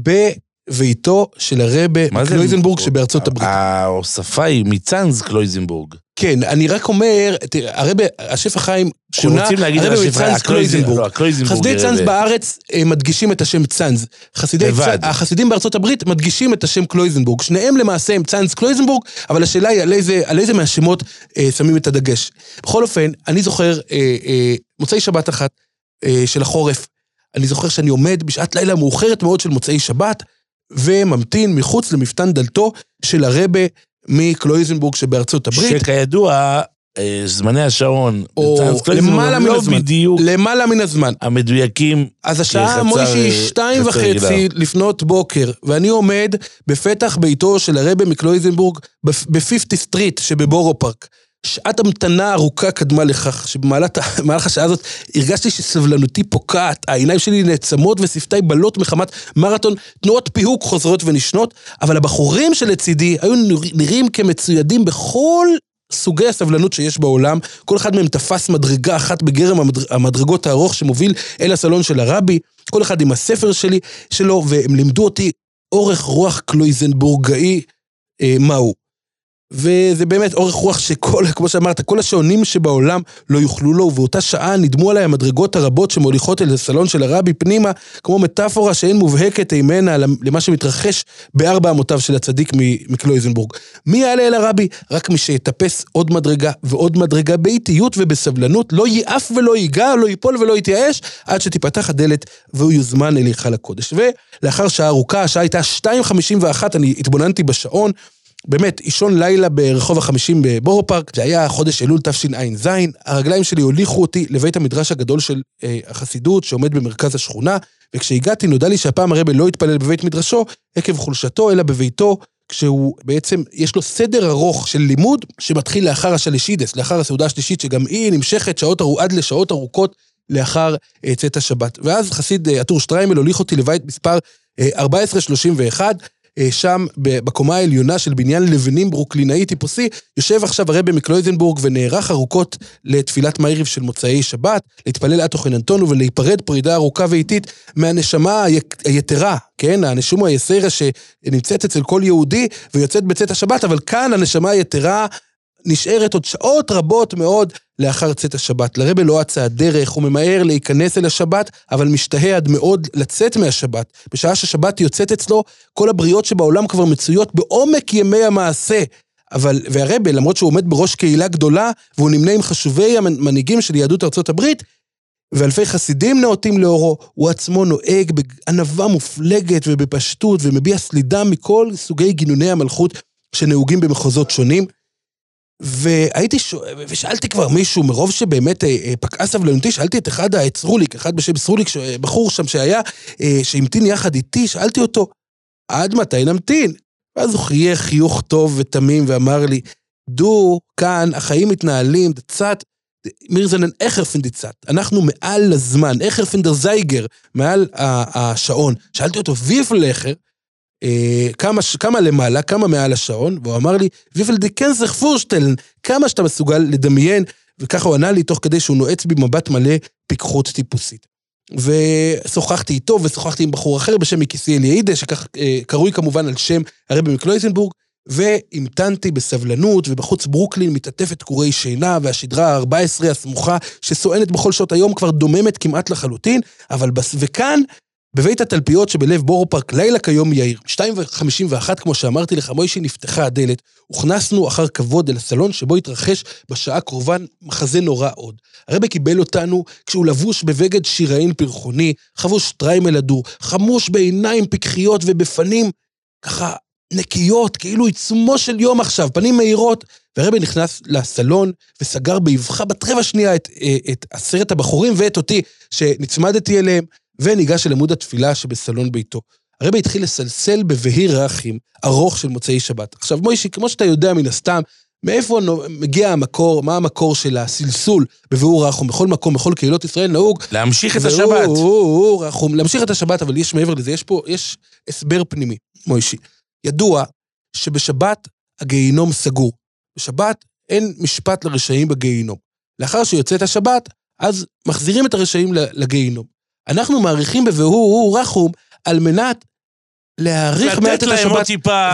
בביתו של הרבי מקלויזנבורג שבארצות הברית. ההוספה היא מצאנז קלויזנבורג. כן, אני רק אומר, הרבי, השף החיים כונה, הרבי מצאנז קלויזנבורג. חסידי צאנז בארץ מדגישים את השם צאנז. החסידים בארצות הברית מדגישים את השם קלויזנבורג. שניהם למעשה הם צאנז קלויזנבורג, אבל השאלה היא על איזה מהשמות שמים את הדגש. בכל אופן, אני זוכר מוצאי שבת אחת של החורף, אני זוכר שאני עומד בשעת לילה מאוחרת מאוד של מוצאי שבת, וממתין מחוץ למפתן דלתו של הרבי מקלויזנבורג שבארצות הברית. שכידוע, זמני השעון, למעלה מן הזמן. המדויקים. אז השעה מוישי 2:30 לפנות בוקר, ואני עומד בפתח ביתו של הרבי מקלויזנבורג, ב-50 סטריט שבבורו פארק. שעת המתנה ארוכה קדמה לכך, שבמהלך השעה הזאת הרגשתי שסבלנותי פוקעת, העיניים שלי נעצמות ושפתי בלות מחמת מרתון, תנועות פיהוק חוזרות ונשנות, אבל הבחורים שלצידי היו נראים כמצוידים בכל סוגי הסבלנות שיש בעולם, כל אחד מהם תפס מדרגה אחת בגרם המדרגות הארוך שמוביל אל הסלון של הרבי, כל אחד עם הספר שלו, והם לימדו אותי אורך רוח קלויזנבורגאי מהו. וזה באמת אורך רוח שכל, כמו שאמרת, כל השעונים שבעולם לא יוכלו לו, ובאותה שעה נדמו עליי המדרגות הרבות שמוליכות אל הסלון של הרבי פנימה, כמו מטאפורה שאין מובהקת אימנה למה שמתרחש בארבע אמותיו של הצדיק מקלויזנבורג. מי יעלה אל הרבי? רק מי שיטפס עוד מדרגה ועוד מדרגה באיטיות ובסבלנות, לא ייאף ולא ייגע, לא ייפול ולא יתייאש, עד שתיפתח הדלת והוא יוזמן אל היכל הקודש. ולאחר שעה ארוכה, השעה הייתה 2:51, אני התבוננתי בשעון, באמת, אישון לילה ברחוב ה-50 בבורו פארק, זה היה חודש אלול תשע"ז, הרגליים שלי הוליכו אותי לבית המדרש הגדול של החסידות, שעומד במרכז השכונה, וכשהגעתי נודע לי שהפעם הרבי לא התפלל בבית מדרשו, עקב חולשתו, אלא בביתו, כשהוא בעצם, יש לו סדר ארוך של לימוד, שמתחיל לאחר השלישידס, לאחר הסעודה השלישית, שגם היא נמשכת עד לשעות ארוכות, לאחר צאת השבת. ואז חסיד עטור שטריימל הוליך אותי לבית מספר 1431, שם בקומה העליונה של בניין לבנים ברוקלינאי טיפוסי, יושב עכשיו הרבי מקלויזנבורג ונערך ארוכות לתפילת מעריב של מוצאי שבת, להתפלל עד תוכן אנטונו ולהיפרד פרידה ארוכה ואיטית מהנשמה היתרה, כן? הנשמה היסרה שנמצאת אצל כל יהודי ויוצאת בצאת השבת, אבל כאן הנשמה היתרה נשארת עוד שעות רבות מאוד לאחר צאת השבת. לרבי לא אצה הדרך, הוא ממהר להיכנס אל השבת, אבל משתהה עד מאוד לצאת מהשבת. בשעה ששבת יוצאת אצלו, כל הבריות שבעולם כבר מצויות בעומק ימי המעשה. והרבי, למרות שהוא עומד בראש קהילה גדולה, והוא נמנה עם חשובי המנהיגים של יהדות ארצות הברית, ואלפי חסידים נאותים לאורו, הוא עצמו נוהג בענווה מופלגת ובפשטות, ומביע סלידה מכל סוגי גינוני המלכות שנהוגים במחוזות שונים. ושאלתי כבר מישהו, מרוב שבאמת פקעה סבלנותי, שאלתי את אחד בשם סרוליק, בחור שם שהמתין יחד איתי, שאלתי אותו, עד מתי נמתין? ואז הוא חייך חיוך טוב ותמים ואמר לי, כאן החיים מתנהלים, דצת, מירזנן אחר פנדיצת, אנחנו מעל הזמן, אחר פנדר זייגר, מעל השעון. שאלתי אותו, ויפל אחר, כמה למעלה, כמה מעל השעון, והוא אמר לי, ויפל דיקנזך פורשטלן, כמה שאתה מסוגל לדמיין, וככה הוא ענה לי, תוך כדי שהוא נועץ בי מבט מלא פיקחות טיפוסית. ושוחחתי איתו, ושוחחתי עם בחור אחר בשם מכיסי אליעידה, שכך קרוי כמובן על שם הרבי מקלויזנבורג, והמתנתי בסבלנות, ובחוץ ברוקלין מתעטפת קורי שינה, והשדרה ה-14 הסמוכה, שסוענת בכל שעות היום, כבר דוממת כמעט לחלוטין, וכאן, בבית התלפיות שבלב בורו פארק, לילה כיום יאיר, 2:51, כמו שאמרתי לך, מוישי נפתחה הדלת, הוכנסנו אחר כבוד אל הסלון, שבו התרחש בשעה קרובה מחזה נורא עוד. הרבי קיבל אותנו, כשהוא לבוש בבגד שיראין פרחוני, חבוש טריימל הדור, חמוש בעיניים פיקחיות ובפנים, ככה נקיות, כאילו עיצומו של יום עכשיו, פנים מהירות, והרבי נכנס לסלון, וסגר באבחה בטרבע שנייה את 10 הבחורים, ואת אותי, שנצמדתי אליהם, וניגש אל עמוד התפילה שבסלון ביתו. הרבי התחיל לסלסל בבהיר רחים, ארוך של מוצאי שבת. עכשיו מוישי, כמו שאתה יודע מן הסתם, מאיפה מגיע המקור, מה המקור של הסלסול בבהיר רחום, בכל מקום, בכל קהילות ישראל נהוג. להמשיך את השבת. להמשיך את השבת, אבל יש מעבר לזה, יש הסבר פנימי, מוישי. ידוע שבשבת הגיהינום סגור. בשבת אין משפט לרשעים בגיהינום. לאחר שיוצאת השבת, אז מחזירים את הרשעים לגיהינום. אנחנו מעריכים בבהור רחום על מנת להעריך מעט את השבת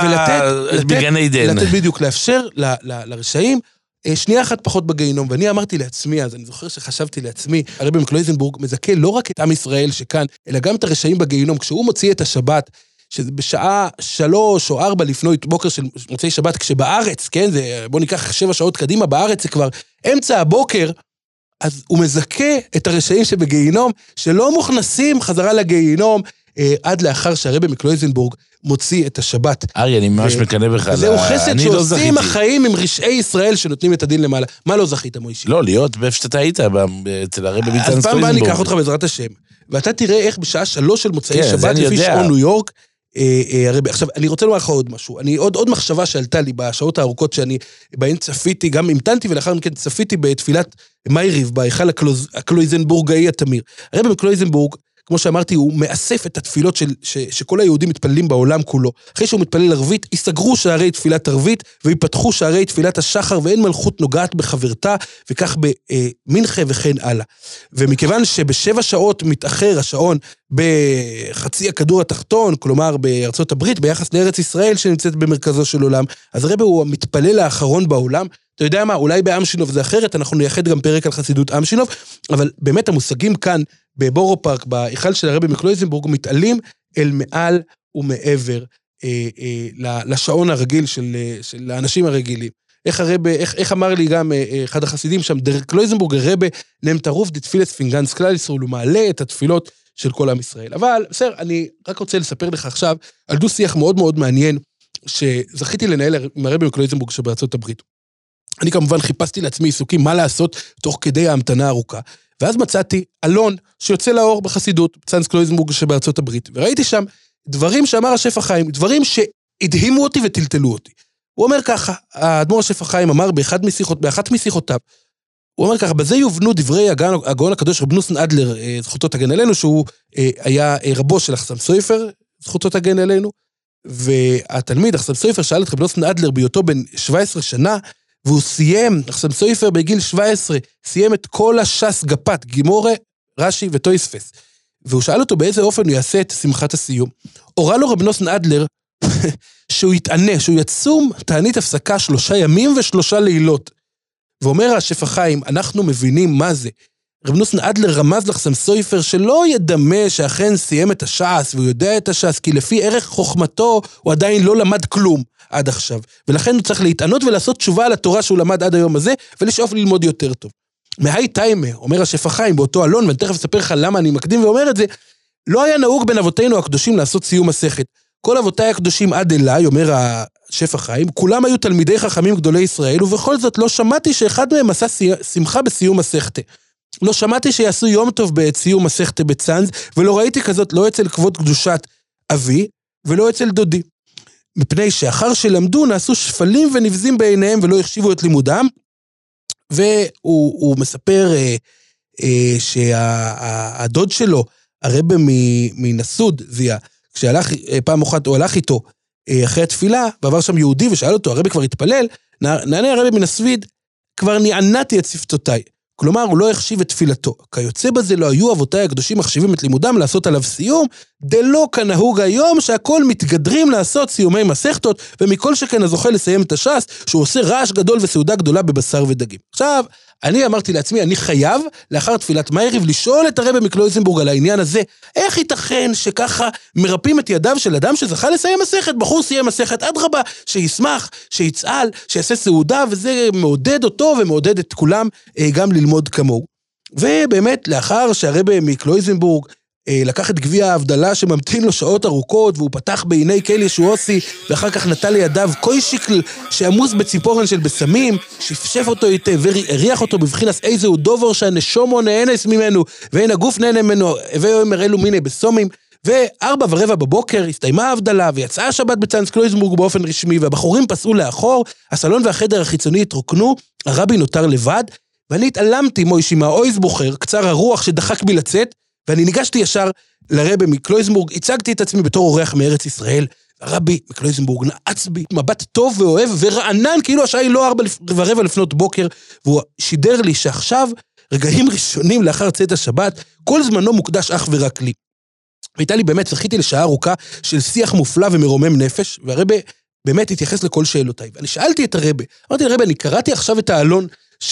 ולתת בגני דן. לתת בדיוק, לאפשר לרשעים שנייה אחת פחות בגיהינום. ואני אמרתי לעצמי, אז אני זוכר שחשבתי לעצמי, הרבי מקלויזנבורג מזכה לא רק את עם ישראל שכאן, אלא גם את הרשעים בגיהינום. כשהוא מוציא את השבת, שזה בשעה 3 או 4 לפנות בוקר של מוצאי שבת, כשבארץ, כן, בוא ניקח 7 שעות קדימה, בארץ זה כבר אמצע הבוקר, אז הוא מזכה את הרשעים שבגיהינום, שלא מוכנסים חזרה לגיהינום, עד לאחר שהרבי מקלויזנבורג מוציא את השבת. ארי, אני ממש מקנה בך. זהו חסד שעושים החיים עם רשעי ישראל שנותנים את הדין למעלה. מה לא זכית, מוישי? לא, להיות באיפה שאתה היית, אצל הרבי מקלויזנבורג. אז פעם באה אני אקח אותך בעזרת השם, ואתה תראה איך בשעה 3 של מוצאי שבת, לפי שעון ניו יורק, עכשיו, אני רוצה לומר לך עוד משהו, עוד מחשבה שעלתה לי בשעות הארוכות שאני בהן צפיתי, גם המתנתי ולאחר מכן צפיתי בתפילת מעריב, בהיכל הקלויזנבורגאי התמיר. הרבי מקלויזנבורג, כמו שאמרתי, הוא מאסף את התפילות שכל היהודים מתפללים בעולם כולו. אחרי שהוא מתפלל ערבית, ייסגרו שערי תפילת ערבית, ויפתחו שערי תפילת השחר, ואין מלכות נוגעת בחברתה, וכך במנחה וכן הלאה. ומכיוון שבשבע שעות מתאחר השעון בחצי הכדור התחתון, כלומר בארצות הברית, ביחס לארץ ישראל שנמצאת במרכזו של עולם, אז הרב הוא המתפלל האחרון בעולם. אתה יודע מה, אולי באמשינוב זה אחרת, אנחנו נייחד גם פרק על חסידות אמשינוב, אבל באמת המושגים כאן, בבורו פארק, בהיכל של הרבי מקלויזנבורג, מתעלים אל מעל ומעבר לשעון הרגיל של האנשים הרגילים. איך אמר לי גם אחד החסידים שם, דרך קלויזנבורג הרבי נם תרוף דתפילת פינגנס כלל ישראל, הוא מעלה את התפילות של כל עם ישראל. אבל בסדר, אני רק רוצה לספר לך עכשיו על דו שיח מאוד מאוד מעניין, שזכיתי לנהל עם הרבי מקלויזנבורג שבארצות הברית. אני כמובן חיפשתי לעצמי עיסוקים מה לעשות תוך כדי ההמתנה הארוכה. ואז מצאתי אלון שיוצא לאור בחסידות, צאנז קלויזנבורג שבארצות הברית, וראיתי שם דברים שאמר השף החיים, דברים שהדהימו אותי וטלטלו אותי. הוא אומר ככה, האדמו"ר השף החיים אמר באחת משיחותיו, הוא אומר ככה, בזה יובנו דברי הגאון הקדוש רב נוסן אדלר, זכותו תגן עלינו, שהוא היה רבו של אחסם סופר, זכותו תגן עלינו, והתלמיד אחסם סופר שאל את רב נוסן אדלר בהיותו בן 17 שנה, והוא סיים, אחסם סופר בגיל 17, סיים את כל הש"ס גפת, גימורה, רש"י וטויספס. והוא שאל אותו באיזה אופן הוא יעשה את שמחת הסיום. הורה לו רב נוסן אדלר, שהוא יתענה, שהוא יצום תענית הפסקה 3 ימים ו3 לילות. ואומר השף החיים, אנחנו מבינים מה זה. רב נוסן אדלר רמז לחסם סופר שלא ידמה שאכן סיים את הש"ס, והוא יודע את הש"ס, כי לפי ערך חוכמתו הוא עדיין לא למד כלום עד עכשיו. ולכן הוא צריך להתענות ולעשות תשובה על התורה שהוא למד עד היום הזה, ולשאוף ללמוד יותר טוב. מהי טיימה, אומר השף החיים באותו אלון, ואני תכף אספר לך למה אני מקדים ואומר את זה, לא היה נהוג בין אבותינו הקדושים לעשות סיום מסכת. כל אבותיי הקדושים עד אליי, אומר השף החיים, כולם היו תלמידי חכמים גדולי ישראל, ובכל זאת לא שמעתי שאחד מהם עשה שמחה בסיום מסכת. לא שמעתי שיעשו יום טוב בסיום מסכת בצאנז, ולא ראיתי כזאת לא אצל כבוד קדושת אבי, ולא אצל דודי. מפני שאחר שלמדו נעשו שפלים ונבזים בעיניהם, ולא החשיבו את לימודם, והוא מספר שהדוד שלו, הרב מנסוד, זיה, כשהלך פעם אחת, הוא הלך איתו אחרי התפילה, ועבר שם יהודי ושאל אותו, הרב כבר התפלל, נענה הרב מנסוויד, כבר נענתי את שפתותיי. כלומר, הוא לא החשיב את תפילתו. כיוצא בזה לא היו אבותיי הקדושים מחשיבים את לימודם לעשות עליו סיום, דלא כנהוג היום שהכל מתגדרים לעשות סיומי מסכתות, ומכל שכן הזוכה לסיים את הש"ס, שהוא עושה רעש גדול וסעודה גדולה בבשר ודגים. עכשיו, אני אמרתי לעצמי, אני חייב, לאחר תפילת מערב, לשאול את הרב מקלויזנבורג על העניין הזה, איך ייתכן שככה מרפאים את ידיו של אדם שזכה לסיים מסכת, בחור סיים מסכת אדרבה, שישמח, שיצעל, שיעשה סעודה, וזה מעודד אותו ומעודד את כולם גם ללמוד כמוהו. ובאמת, לאחר שהרב מקלויזנבורג לקח את גביע ההבדלה שממתין לו שעות ארוכות, והוא פתח בעיני קהל ישועוסי, ואחר כך נטל לידיו קוישיקל שעמוס בציפורן של בסמים, שפשף אותו היטב והריח אותו בבחינס איזהו דובר שהנשומו נהנס ממנו, ואין הגוף נהנה ממנו, ואומר אלו מיני בסומים, 4:15 בבוקר הסתיימה ההבדלה, ויצאה השבת בצאנז קלויזנבורג באופן רשמי, והבחורים פסעו לאחור, הסלון והחדר החיצוני התרוקנו, הרבי נותר לבד, ואני התעלמתי מוישי מהאויז בוחר, קצר הרוח שדחק בי לצאת, ואני ניגשתי ישר לרבי מקלויזנבורג, הצגתי את עצמי בתור אורח מארץ ישראל, הרבי מקלויזנבורג נעץ בי מבט טוב ואוהב ורענן, כאילו השעה היא לא 4:15 לפנות בוקר, והוא שידר לי שעכשיו, רגעים ראשונים לאחר צאת השבת, כל זמנו מוקדש אך ורק לי. והייתה לי באמת, זכיתי לשעה ארוכה של שיח מופלא ומרומם נפש, והרבי באמת התייחס לכל שאלותיי. ואני שאלתי את הרבי, אמרתי לרבי, אני קראתי עכשיו את העלון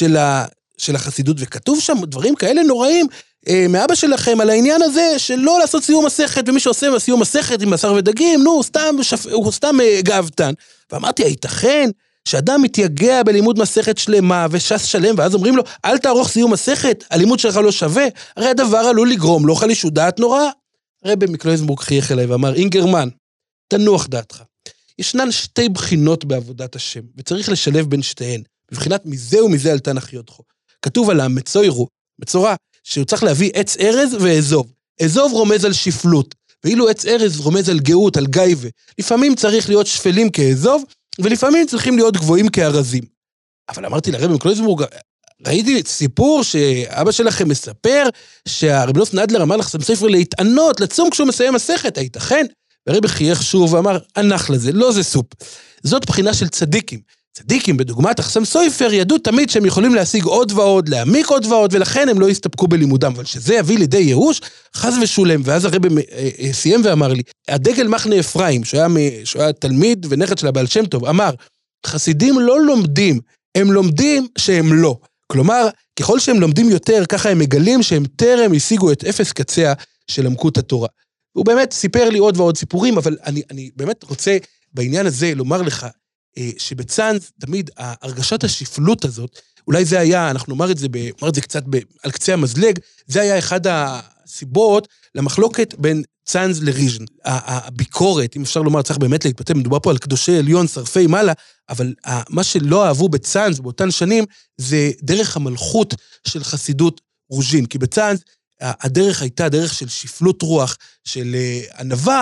של החסידות, וכתוב שם דברים כאלה נוראים, מאבא שלכם על העניין הזה של לא לעשות סיום מסכת, ומי שעושה סיום מסכת עם בשר ודגים, הוא סתם גאוותן. ואמרתי, הייתכן שאדם מתייגע בלימוד מסכת שלמה וש"ס שלם, ואז אומרים לו, אל תערוך סיום מסכת, הלימוד שלך לא שווה, הרי הדבר עלול לגרום לו חלישות דעת נורא. רבי מקלויזנבורג חייך אליי ואמר, אינגרמן, תנוח דעתך. ישנן 2 בחינות בעבודת השם, וצריך לשלב בין שתיהן. בבחינת מזה ומזה אל תנח יודחו. כתוב על המצוירו, מצורע, שהוא צריך להביא עץ ארז ואזוב. אזוב רומז על שפלות, ואילו עץ ארז רומז על גאות, על גייבה. לפעמים צריך להיות שפלים כאזוב, ולפעמים צריכים להיות גבוהים כארזים. אבל אמרתי לרבי מקלויזנבורג, ראיתי סיפור שאבא שלכם מספר שהרב נוף נדלר אמר לחסם סופר להתענות, לצום כשהוא מסיים מסכת, הייתכן? והרבי חייך שוב ואמר, הנח לזה, לא זה סופ. זאת בחינה של צדיקים. צדיקים בדוגמת החסם סופר ידעו תמיד שהם יכולים להשיג עוד ועוד, להעמיק עוד ועוד, ולכן הם לא הסתפקו בלימודם, אבל שזה יביא לידי ייאוש, חס ושולם, ואז הרבי סיים ואמר לי, הדגל מחנה אפרים, שהיה תלמיד ונכד של הבעל שם טוב, אמר, חסידים לא לומדים, הם לומדים שהם לא. כלומר, ככל שהם לומדים יותר, ככה הם מגלים שהם טרם השיגו את אפס קציה של עמקות התורה. הוא באמת סיפר לי עוד ועוד סיפורים, אבל אני באמת רוצה בעניין הזה לומר לך, שבצאנז תמיד הרגשת השפלות הזאת, אולי זה היה, אנחנו נאמר את זה קצת על קצה המזלג, זה היה אחד הסיבות למחלוקת בין צאנז לריז'ן. הביקורת, אם אפשר לומר, צריך באמת להתפתח, מדובר פה על קדושי עליון, שרפי מעלה, אבל מה שלא אהבו בצאנז באותן שנים, זה דרך המלכות של חסידות רוז'ין, כי בצאנז הדרך הייתה דרך של שפלות רוח, של ענווה,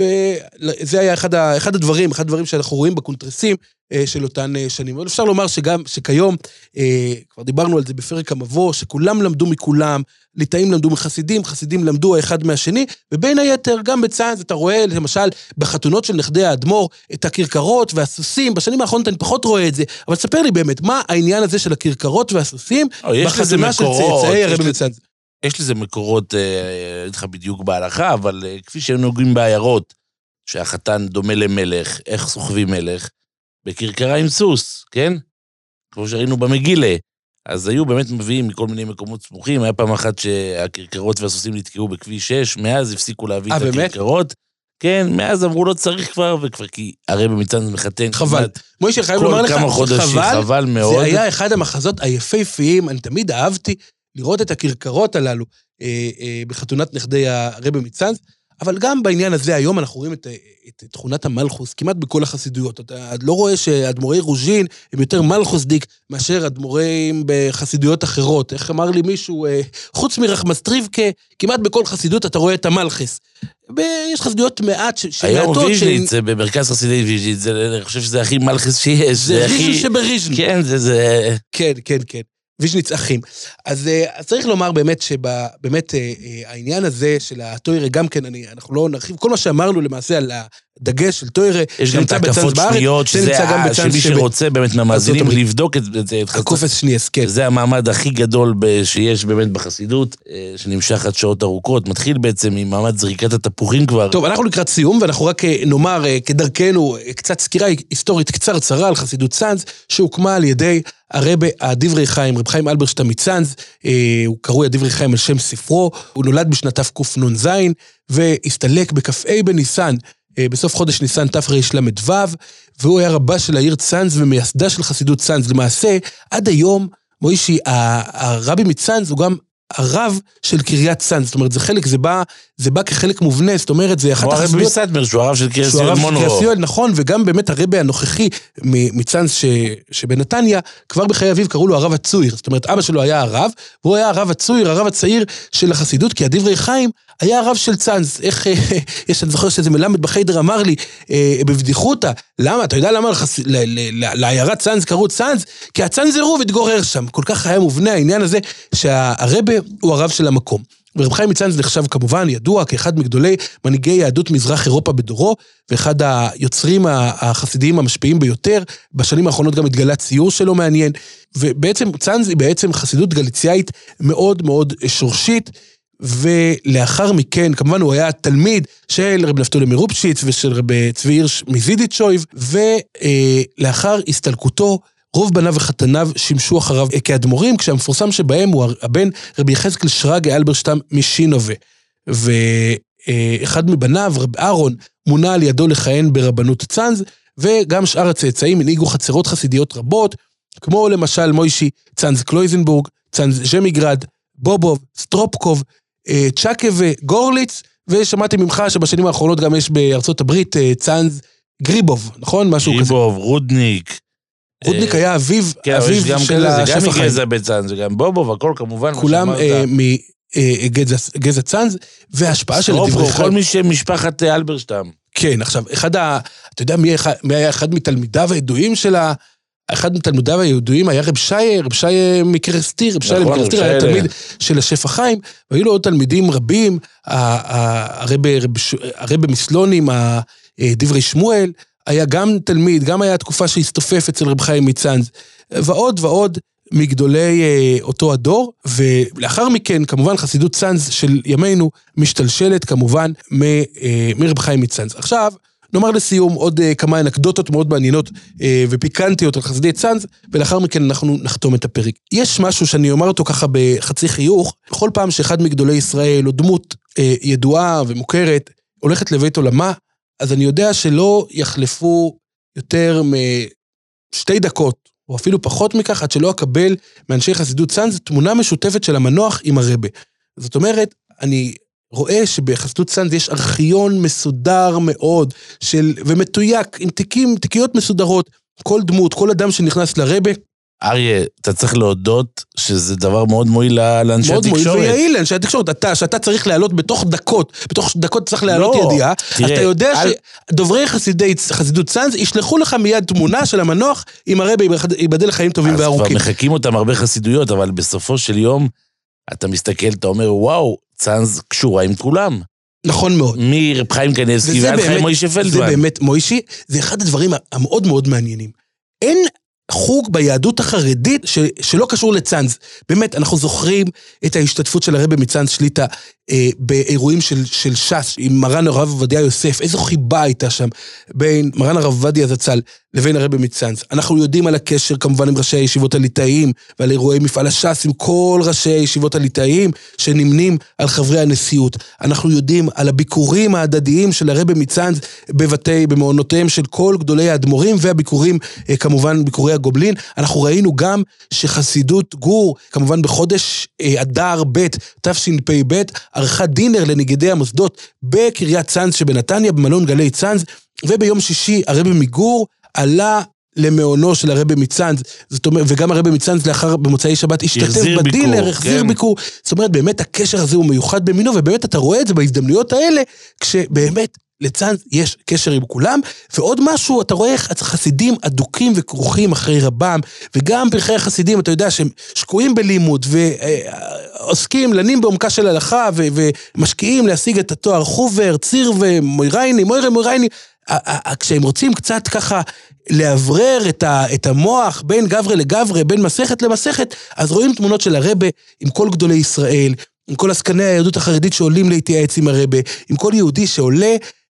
וזה היה אחד הדברים שאנחנו רואים בקונטרסים של אותן שנים. אבל אפשר לומר שכיום, כבר דיברנו על זה בפרק המבוא, שכולם למדו מכולם, ליטאים למדו מחסידים, חסידים למדו האחד מהשני, ובין היתר גם בצאנז אתה רואה למשל בחתונות של נכדי האדמו"ר את הכרכרות והסוסים, בשנים האחרונות אני פחות רואה את זה, אבל ספר לי באמת, מה העניין הזה של הכרכרות והסוסים בחתונה של צאצאי הרבי מצאנז? יש לזה מקורות, איתך בדיוק בהלכה, אבל כפי שהם נוגעים בעיירות, שהחתן דומה למלך, איך סוחבים מלך, בכרכרה עם סוס, כן? כמו שראינו במגילה, אז היו באמת מביאים מכל מיני מקומות סמוכים, היה פעם אחת שהכרכרות והסוסים נתקעו בכביש 6, מאז הפסיקו להביא את הכרכרות, כן, מאז אמרו לא צריך כבר, וכבר כי הרבי מצאנז מחתן. חבל. מוישה, חייב לומר לך, חבל מאוד. זה היה אחד המחזות היפהפיים, אני תמיד אהבתי לראות את הכרכרות הללו בחתונת נכדי הרבי מצאנז, אבל גם בעניין הזה היום אנחנו רואים את תכונת המלכוס, כמעט בכל החסידויות. אתה לא רואה שאדמו"רי רוז'ין הם יותר מלכוסדיק מאשר אדמו"רים בחסידויות אחרות. איך אמר לי מישהו, חוץ מרחמסטריבקה, כמעט בכל חסידות אתה רואה את המלכס. יש חסידויות מעט היום ויז'ניץ, במרכז חסידי ויז'ניץ, אני חושב שזה הכי מלכס שיש. זה ריז'ן שבריז'ן. כן, זה... כן. ויז'ניץ אחים. אז צריך לומר באמת שבאמת העניין הזה של התוירה, גם כן, אנחנו לא נרחיב, כל מה שאמרנו למעשה על הדגש של תוירה, יש גם את הקפות שניות, שמי שרוצה באמת מהמאזינים לבדוק את זה. הקופס שנייה, כן. זה המעמד הכי גדול שיש באמת בחסידות, שנמשך עד שעות ארוכות, מתחיל בעצם עם מעמד זריקת התפוחים כבר. טוב, אנחנו לקראת סיום, ואנחנו רק נאמר כדרכנו, קצת סקירה היסטורית קצרצרה על חסידות צאנז, שהוקמה על ידי הרבי הדברי חיים, רב חיים אלברשטם מצאנז, הוא קרוי הדברי חיים על שם ספרו, הוא נולד בשנת תקנ"ז, והסתלק בכ"ה בניסן, בסוף חודש ניסן תרל"ו, והוא היה רבה של העיר צאנז ומייסדה של חסידות צאנז. למעשה, עד היום, מוישי, הרבי מצאנז הוא גם הרב של קריית צאנז, זאת אומרת, זה בא כחלק מובנה, זאת אומרת, זה אחת החסידות... הוא הרב מסדמר, שהוא הרב של קריית סיואל מונרו. נכון, וגם באמת הרבי הנוכחי מצאנז שבנתניה, כבר בחיי אביו קראו לו הרב הצויר, זאת אומרת, אבא שלו היה הרב, והוא היה הרב הצויר, הרב הצעיר של החסידות, כי הדברי חיים היה הרב של צאנז. איך, אני זוכר שזה מלמד בחיידר אמר לי, בבדיחותא, למה? אתה יודע למה לעיירת צאנז קראו צאנז? כי הצאנז הראו והתגורר שם. כל כך היה מובנה העניין הזה, שהרבי הוא הרב של המקום. ורב חיים מצאנז נחשב כמובן ידוע כאחד מגדולי מנהיגי יהדות מזרח אירופה בדורו, ואחד היוצרים החסידיים המשפיעים ביותר. בשנים האחרונות גם התגלה ציור שלו מעניין, ובעצם צאנז היא בעצם חסידות גליציאית מאוד מאוד שורשית, ולאחר מכן, כמובן הוא היה תלמיד של רב נפתולי מרופשיץ ושל רב צבי הירש מזידיצ'ויב, ולאחר הסתלקותו, רוב בניו וחתניו שימשו אחריו כאדמו"רים, כשהמפורסם שבהם הוא הבן רבי יחזקאל שרגא אלברשטם משינובה, ואחד מבניו, רב אהרון, מונה על ידו לכהן ברבנות צאנז, וגם שאר הצאצאים הנהיגו חצרות חסידיות רבות, כמו למשל מוישי צאנז קלויזנבורג, צאנז ז'מיגרד, בובוב, סטרופקוב, צ'קה וגורליץ, ושמעתי ממך שבשנים האחרונות גם יש בארצות הברית צאנז גריבוב, נכון? משהו כזה. גריבוב, רודניק. רודניק היה אביו של השף החיים. גם מגזע בצאנז, וגם בובוב, הכל כמובן. כולם מגזע צאנז, וההשפעה של הדברי חיים. כל מי שמשפחת אלברשטם. כן, עכשיו, אתה יודע מי היה אחד מתלמידיו הידועים של אחד מתלמידיו היהודיים היה רב שי מקרסטיר, רב שי מקרסטיר היה תלמיד של השפע חיים, והיו לו עוד תלמידים רבים, הרב מסלונים, דברי שמואל, היה גם תלמיד, גם היה תקופה שהסתופף אצל רב חיים מצאנז, ועוד ועוד מגדולי אותו הדור, ולאחר מכן, כמובן, חסידות צאנז של ימינו, משתלשלת כמובן מרב חיים מצאנז. עכשיו, נאמר לסיום עוד כמה אנקדוטות מאוד מעניינות ופיקנטיות על חסידי צאנז, ולאחר מכן אנחנו נחתום את הפרק. יש משהו שאני אומר אותו ככה בחצי חיוך, בכל פעם שאחד מגדולי ישראל, או דמות ידועה ומוכרת, הולכת לבית עולמה, אז אני יודע שלא יחלפו יותר מ2 דקות, או אפילו פחות מכך, עד שלא אקבל מאנשי חסידות צאנז, תמונה משותפת של המנוח עם הרבה. זאת אומרת, אני רואה שבחסידות צאנז יש ארכיון מסודר מאוד, ומתויק, עם תיקיות מסודרות, כל דמות, כל אדם שנכנס לרבה. אריה, אתה צריך להודות שזה דבר מאוד מועיל לאנשי התקשורת. מאוד מועיל ויעיל לאנשי התקשורת. שאתה צריך להעלות בתוך דקות צריך להעלות ידיעה, אז אתה יודע שדוברי חסידות צאנז ישלחו לך מיד תמונה של המנוח, עם הרבה ייבדל לחיים טובים וארוכים. אז כבר מחכים אותם הרבה חסידויות, אבל בסופו של יום, אתה מסתכל, אתה אומר, וואו, צאנז קשורה עם כולם. נכון מאוד. מרב חיים קניבסקי ועד חיים מוישה פלדמן. זה באמת, מוישי, זה אחד הדברים המאוד מאוד מעניינים. אין חוג ביהדות החרדית שלא קשור לצאנז. באמת, אנחנו זוכרים את ההשתתפות של הרבי מצאנז שליטה באירועים של ש"ס עם מרן הרב עובדיה יוסף. איזו חיבה הייתה שם בין מרן הרב עובדיה זצ"ל לבין הרבי מצאנז. אנחנו יודעים על הקשר כמובן עם ראשי הישיבות הליטאיים ועל אירועי מפעל הש"ס עם כל ראשי הישיבות הליטאיים שנמנים על חברי הנשיאות. אנחנו יודעים על הביקורים ההדדיים של הרבי מצאנז במעונותיהם של כל גדולי האדמו"רים והביקורים כמובן ביקורי הגובלין. אנחנו ראינו גם שחסידות גור כמובן בחודש אדר ב' תשפ"ב ערכה דינר לנגידי המוסדות בקריית צאנז שבנתניה במלון גלי צאנז, וביום שישי הרבי מגור עלה למעונו של הרבי מצאנז, זאת אומרת, וגם הרבי מצאנז לאחר במוצאי שבת השתתף בדינר, החזיר ביקור, זאת אומרת באמת הקשר הזה הוא מיוחד במינו, ובאמת אתה רואה את זה בהזדמנויות האלה, כשבאמת לצאנז יש קשר עם כולם, ועוד משהו, אתה רואה איך חסידים אדוקים וכרוכים אחרי רבם, וגם פרחי החסידים, אתה יודע שהם שקועים בלימוד, ועוסקים, לנים בעומקה של הלכה, ומשקיעים להשיג את התואר חובר, ציר ומוירייני, מוירייני, כשהם רוצים קצת ככה לעברר את המוח בין גברי לגברי, בין מסכת למסכת, אז רואים תמונות של הרבה עם כל גדולי ישראל, עם כל עסקני היהדות החרדית שעולים להתייעץ עם הרבה, עם כל יהודי שעולה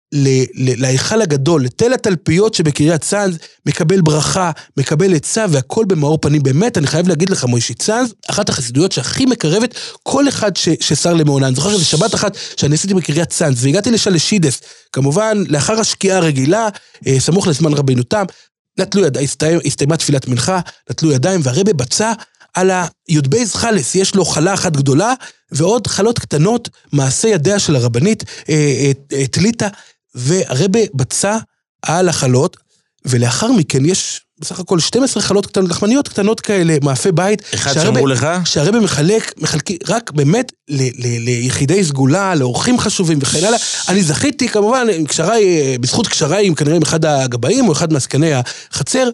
להיכל הגדול, לתל התלפיות שבקריית צאנז, מקבל ברכה, מקבל עצה, והכל במאור פנים. באמת, אני חייב להגיד לך, מוישי צאנז, אחת החסידויות שהכי מקרבת כל אחד ששר למעונה. אני זוכר שזה שבת אחת שאני עשיתי בקריית צאנז, והגעתי לשלשידס, כמובן, לאחר השקיעה הרגילה, סמוך לזמן רבינו תם, נטלו ידיים, הסתיימה תפילת מנחה, נטלו ידיים, והרבי בצע על היודבייז חלס, יש לו חלה אחת גדולה, ועוד חלות קטנות, מעשה ידיה של הרבנית, תליטה, והרבי בצע על החלות, ולאחר מכן יש בסך הכל 12 חלות קטנות, לחמניות קטנות כאלה, מאפי בית, אחד שמרו לך? שהרבי מחלקים רק באמת ליחידי סגולה, לאורחים חשובים וכן הלאה. אני זכיתי כמובן, בזכות קשריי עם כנראה אחד הגבאים, או אחד מעסקני החצר,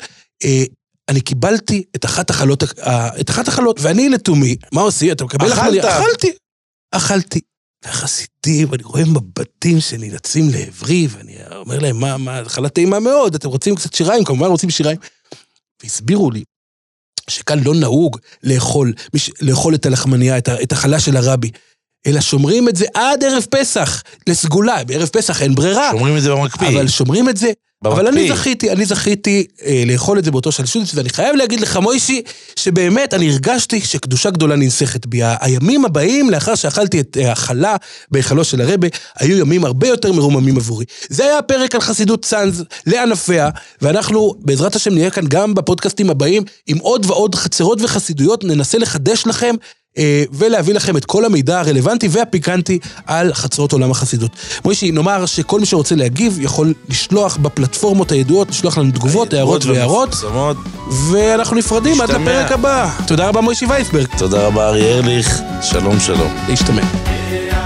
אני קיבלתי את אחת החלות, ואני לתומי, מה עושה? אתה מקבל לחמניה? אכלתי. והחסידים, אני רואה מבטים שננצים לעברי, ואני אומר להם, מה, חלת טעימה מאוד, אתם רוצים קצת שיריים, כמובן רוצים שיריים. והסבירו לי, שכאן לא נהוג לאכול את הלחמניה, את החלה של הרבי, אלא שומרים את זה עד ערב פסח, לסגולה, בערב פסח אין ברירה. שומרים את זה במקפיא. אבל שומרים את זה, אבל אני זכיתי לאכול את זה באותו שלשודץ, ואני חייב להגיד לך מוישי, שבאמת אני הרגשתי שקדושה גדולה ננסחת בי. הימים הבאים, לאחר שאכלתי את החלה בהיכלו של הרבי, היו ימים הרבה יותר מרוממים עבורי. זה היה הפרק על חסידות צאנז לענפיה, ואנחנו בעזרת השם נהיה כאן גם בפודקאסטים הבאים, עם עוד ועוד חצרות וחסידויות, ננסה לחדש לכם, ולהביא לכם את כל המידע הרלוונטי והפיקנטי על חצרות עולם החסידות. מוישי, נאמר שכל מי שרוצה להגיב יכול לשלוח בפלטפורמות הידועות, לשלוח לנו תגובות, הערות והערות, ואנחנו נפרדים עד לפרק הבא. תודה רבה מוישי וייסברג. תודה רבה אריה ארליך, שלום שלום. להשתמע.